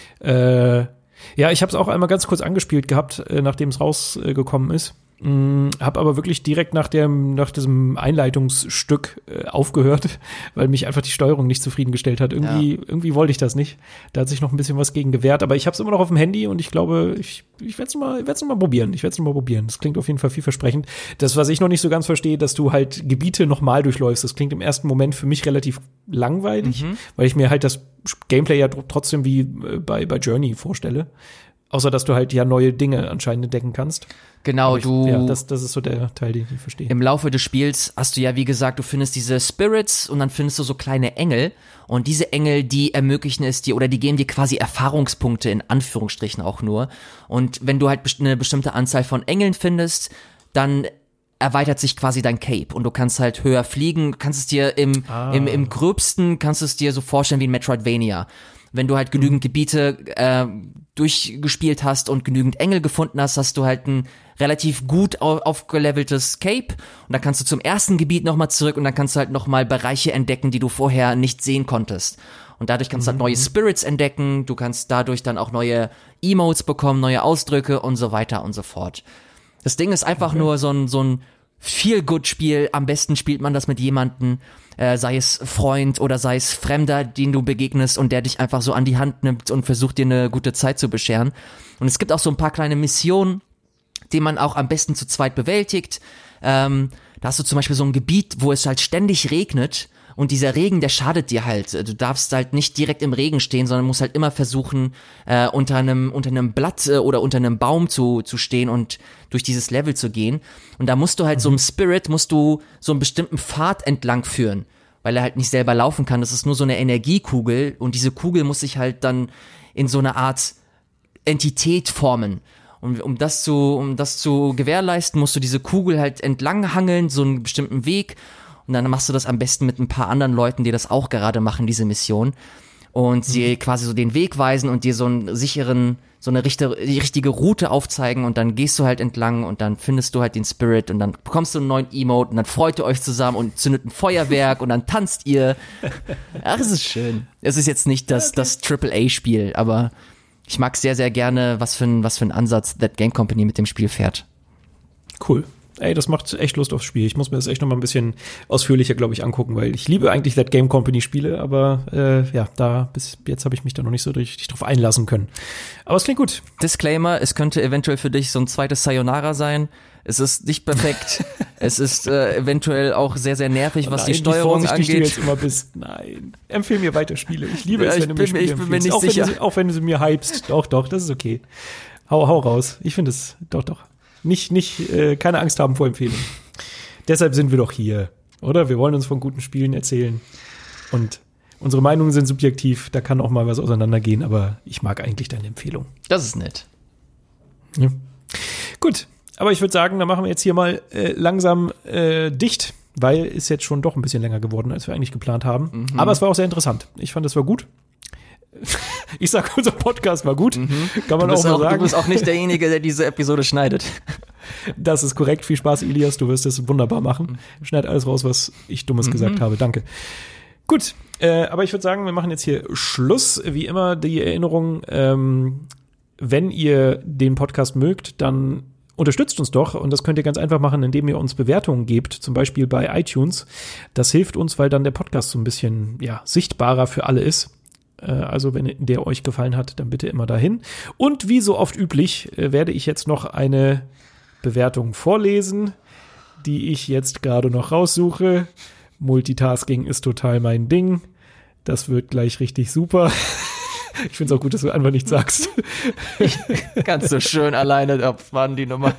A: äh, ja ich habe es auch einmal ganz kurz angespielt gehabt, äh, nachdem es rausgekommen äh, ist. Mm, hab aber wirklich direkt nach dem nach diesem Einleitungsstück äh, aufgehört, weil mich einfach die Steuerung nicht zufriedengestellt hat. Irgendwie ja. irgendwie wollte ich das nicht. Da hat sich noch ein bisschen was gegen gewehrt, aber ich habe es immer noch auf dem Handy und ich glaube, ich ich werde es mal werde es mal probieren. Ich werde es mal probieren. Das klingt auf jeden Fall vielversprechend. Das, was ich noch nicht so ganz verstehe, dass du halt Gebiete nochmal durchläufst. Das klingt im ersten Moment für mich relativ langweilig, mhm. weil ich mir halt das Gameplay ja trotzdem wie bei bei Journey vorstelle. Außer, dass du halt ja neue Dinge anscheinend entdecken kannst.
B: Genau,
A: ich,
B: du.
A: Ja, das, das ist so der Teil, den ich verstehe.
B: Im Laufe des Spiels hast du ja, wie gesagt, du findest diese Spirits und dann findest du so kleine Engel. Und diese Engel, die ermöglichen es dir oder die geben dir quasi Erfahrungspunkte in Anführungsstrichen auch nur. Und wenn du halt eine bestimmte Anzahl von Engeln findest, dann erweitert sich quasi dein Cape und du kannst halt höher fliegen, kannst es dir im, ah. im, im gröbsten, kannst du es dir so vorstellen wie in Metroidvania. Wenn du halt genügend Gebiete äh, durchgespielt hast und genügend Engel gefunden hast, hast du halt ein relativ gut auf, aufgeleveltes Cape und dann kannst du zum ersten Gebiet nochmal zurück und dann kannst du halt nochmal Bereiche entdecken, die du vorher nicht sehen konntest. Und dadurch kannst du halt neue Spirits entdecken, du kannst dadurch dann auch neue Emotes bekommen, neue Ausdrücke und so weiter und so fort. Das Ding ist einfach okay. nur so ein, so ein Feel-Good-Spiel. Am besten spielt man das mit jemandem, äh, sei es Freund oder sei es Fremder, den du begegnest und der dich einfach so an die Hand nimmt und versucht dir eine gute Zeit zu bescheren. Und es gibt auch so ein paar kleine Missionen, die man auch am besten zu zweit bewältigt. Ähm, da hast du zum Beispiel so ein Gebiet, wo es halt ständig regnet und dieser Regen, der schadet dir halt. Du darfst halt nicht direkt im Regen stehen, sondern musst halt immer versuchen, äh, unter einem unter einem Blatt äh, oder unter einem Baum zu zu stehen und durch dieses Level zu gehen. Und da musst du halt mhm. so einem Spirit, musst du so einen bestimmten Pfad entlang führen, weil er halt nicht selber laufen kann. Das ist nur so eine Energiekugel und diese Kugel muss sich halt dann in so eine Art Entität formen. Und um das zu, um das zu gewährleisten, musst du diese Kugel halt entlang hangeln, so einen bestimmten Weg. Und dann machst du das am besten mit ein paar anderen Leuten, die das auch gerade machen, diese Mission. Und mhm. sie quasi so den Weg weisen und dir so einen sicheren, so eine richtige, die richtige Route aufzeigen. Und dann gehst du halt entlang und dann findest du halt den Spirit und dann bekommst du einen neuen Emote und dann freut ihr euch zusammen und zündet ein Feuerwerk und dann tanzt ihr. Ach, es ist schön. Es ist jetzt nicht das, das Triple A Spiel, aber ich mag sehr, sehr gerne, was für ein, was für ein Ansatz That Game Company mit dem Spiel fährt.
A: Cool. Ey, das macht echt Lust aufs Spiel. Ich muss mir das echt noch mal ein bisschen ausführlicher, glaube ich, angucken, weil ich liebe eigentlich That Game Company Spiele, aber äh, ja, da bis jetzt habe ich mich da noch nicht so richtig drauf einlassen können. Aber es klingt gut.
B: Disclaimer, es könnte eventuell für dich so ein zweites Sayonara sein. Es ist nicht perfekt. Es ist äh, eventuell auch sehr, sehr nervig, oh was nein, die Steuerung
A: wie
B: angeht.
A: Du jetzt immer bist. Nein, empfehl mir weiter Spiele. Ich liebe ja, es, wenn du mir Spiele
B: ich bin mir nicht
A: auch
B: sicher.
A: Wenn du, auch wenn du sie mir hypst. Doch, doch, das ist okay. Hau, hau raus. Ich finde es, doch, doch. Nicht, nicht, äh, keine Angst haben vor Empfehlungen. Deshalb sind wir doch hier, oder? Wir wollen uns von guten Spielen erzählen. Und unsere Meinungen sind subjektiv, da kann auch mal was auseinandergehen, aber ich mag eigentlich deine Empfehlung.
B: Das ist nett.
A: Ja. Gut, aber ich würde sagen, dann machen wir jetzt hier mal äh, langsam äh, dicht, weil ist jetzt schon doch ein bisschen länger geworden, als wir eigentlich geplant haben. Mhm. Aber es war auch sehr interessant. Ich fand, es war gut. Ich sag, unser Podcast war gut. Mhm. Kann man auch mal
B: auch,
A: sagen.
B: Du bist auch nicht derjenige, der diese Episode schneidet.
A: Das ist korrekt. Viel Spaß, Elias. Du wirst es wunderbar machen. Schneid alles raus, was ich Dummes mhm. gesagt habe. Danke. Gut, äh, aber ich würde sagen, wir machen jetzt hier Schluss. Wie immer die Erinnerung, ähm, wenn ihr den Podcast mögt, dann unterstützt uns doch. Und das könnt ihr ganz einfach machen, indem ihr uns Bewertungen gebt, zum Beispiel bei iTunes. Das hilft uns, weil dann der Podcast so ein bisschen ja, sichtbarer für alle ist. Also wenn der euch gefallen hat, dann bitte immer dahin. Und wie so oft üblich werde ich jetzt noch eine Bewertung vorlesen, die ich jetzt gerade noch raussuche. Multitasking ist total mein Ding. Das wird gleich richtig super. Ich finde es auch gut, dass du einfach nichts sagst.
B: Ganz so schön alleine abfahren die Nummer.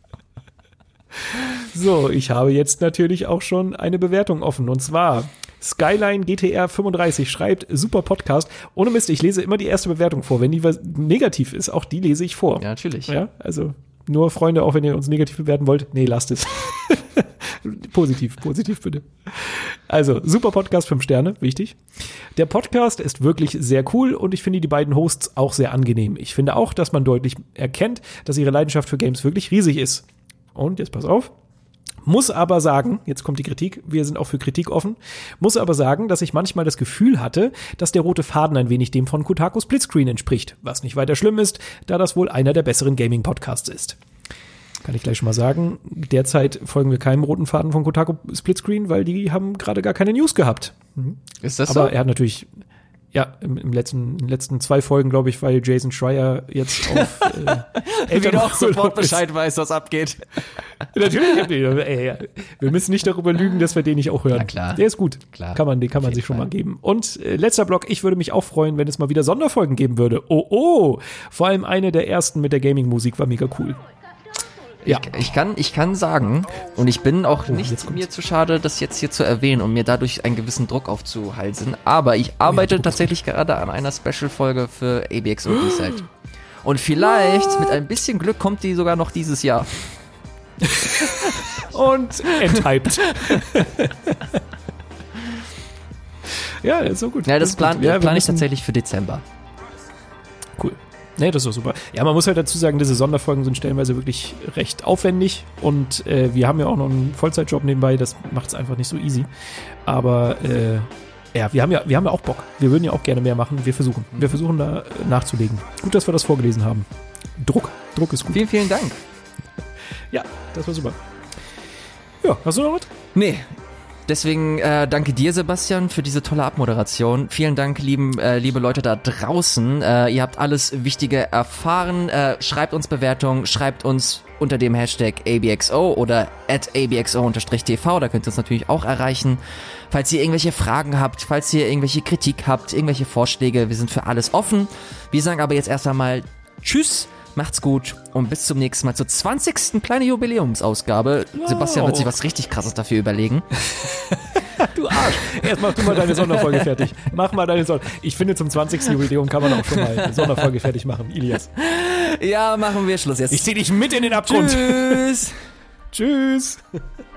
A: So, ich habe jetzt natürlich auch schon eine Bewertung offen. Und zwar Skyline G T R fünfunddreißig schreibt, super Podcast. Ohne Mist, ich lese immer die erste Bewertung vor. Wenn die was negativ ist, auch die lese ich vor.
B: Ja, natürlich.
A: Ja, also nur Freunde, auch wenn ihr uns negativ bewerten wollt. Nee, lasst es. Positiv, positiv bitte. Also, super Podcast, fünf Sterne, wichtig. Der Podcast ist wirklich sehr cool und ich finde die beiden Hosts auch sehr angenehm. Ich finde auch, dass man deutlich erkennt, dass ihre Leidenschaft für Games wirklich riesig ist. Und jetzt pass auf. Muss aber sagen, jetzt kommt die Kritik, wir sind auch für Kritik offen, muss aber sagen, dass ich manchmal das Gefühl hatte, dass der rote Faden ein wenig dem von Kotaku Splitscreen entspricht, was nicht weiter schlimm ist, da das wohl einer der besseren Gaming-Podcasts ist. Kann ich gleich schon mal sagen, derzeit folgen wir keinem roten Faden von Kotaku Splitscreen, weil die haben gerade gar keine News gehabt. Mhm.
B: Ist das
A: aber
B: so?
A: Aber er hat natürlich... Ja, im, im letzten, in den letzten zwei Folgen, glaube ich, weil Jason Schreier jetzt auf äh,
B: wie du auch sofort Bescheid weißt, was abgeht.
A: Natürlich, ey, wir müssen nicht darüber lügen, dass wir den nicht auch hören.
B: Na klar.
A: Der ist gut.
B: Klar.
A: Kann man, den kann man sich schon Fall. mal geben. Und äh, letzter Block, ich würde mich auch freuen, wenn es mal wieder Sonderfolgen geben würde. Oh, oh! Vor allem eine der ersten mit der Gaming-Musik war mega cool.
B: Ja. Ich, ich, kann, ich kann sagen, und ich bin auch oh, nicht mir zu schade, das jetzt hier zu erwähnen und mir dadurch einen gewissen Druck aufzuhalsen, aber ich arbeite oh, ja, tatsächlich gerade an einer Special-Folge für A B X O B-Side. Und vielleicht, What? mit ein bisschen Glück, kommt die sogar noch dieses Jahr.
A: Und enthyped. Ja, ist so gut.
B: Ja, das, das plane ja, plan ich tatsächlich für Dezember.
A: Cool. Nee, das ist doch super. Ja, man muss halt dazu sagen, diese Sonderfolgen sind stellenweise wirklich recht aufwendig und äh, wir haben ja auch noch einen Vollzeitjob nebenbei, das macht es einfach nicht so easy. Aber äh, Ja, wir haben ja, wir haben ja auch Bock. Wir würden ja auch gerne mehr machen. Wir versuchen. Wir versuchen da äh, nachzulegen. Gut, dass wir das vorgelesen haben. Druck. Druck ist gut.
B: Vielen, vielen Dank.
A: Ja, das war super. Ja, hast du noch was?
B: Nee. Deswegen äh, danke dir, Sebastian, für diese tolle Abmoderation. Vielen Dank, lieben, äh, liebe Leute da draußen. Äh, ihr habt alles Wichtige erfahren. Äh, schreibt uns Bewertungen, schreibt uns unter dem Hashtag A B X O oder at A B X O T V. Da könnt ihr uns natürlich auch erreichen. Falls ihr irgendwelche Fragen habt, falls ihr irgendwelche Kritik habt, irgendwelche Vorschläge, wir sind für alles offen. Wir sagen aber jetzt erst einmal Tschüss. Macht's gut und bis zum nächsten Mal zur zwanzigsten kleine Jubiläumsausgabe. Wow. Sebastian wird sich was richtig Krasses dafür überlegen.
A: Du Arsch. Erst mach du mal deine Sonderfolge fertig. Mach mal deine Sonderfolge. Ich finde, zum zwanzigsten Jubiläum kann man auch schon mal eine Sonderfolge fertig machen. Ilias.
B: Ja, machen wir Schluss jetzt.
A: Ich zieh dich mit in den Abgrund.
B: Tschüss.
A: Tschüss.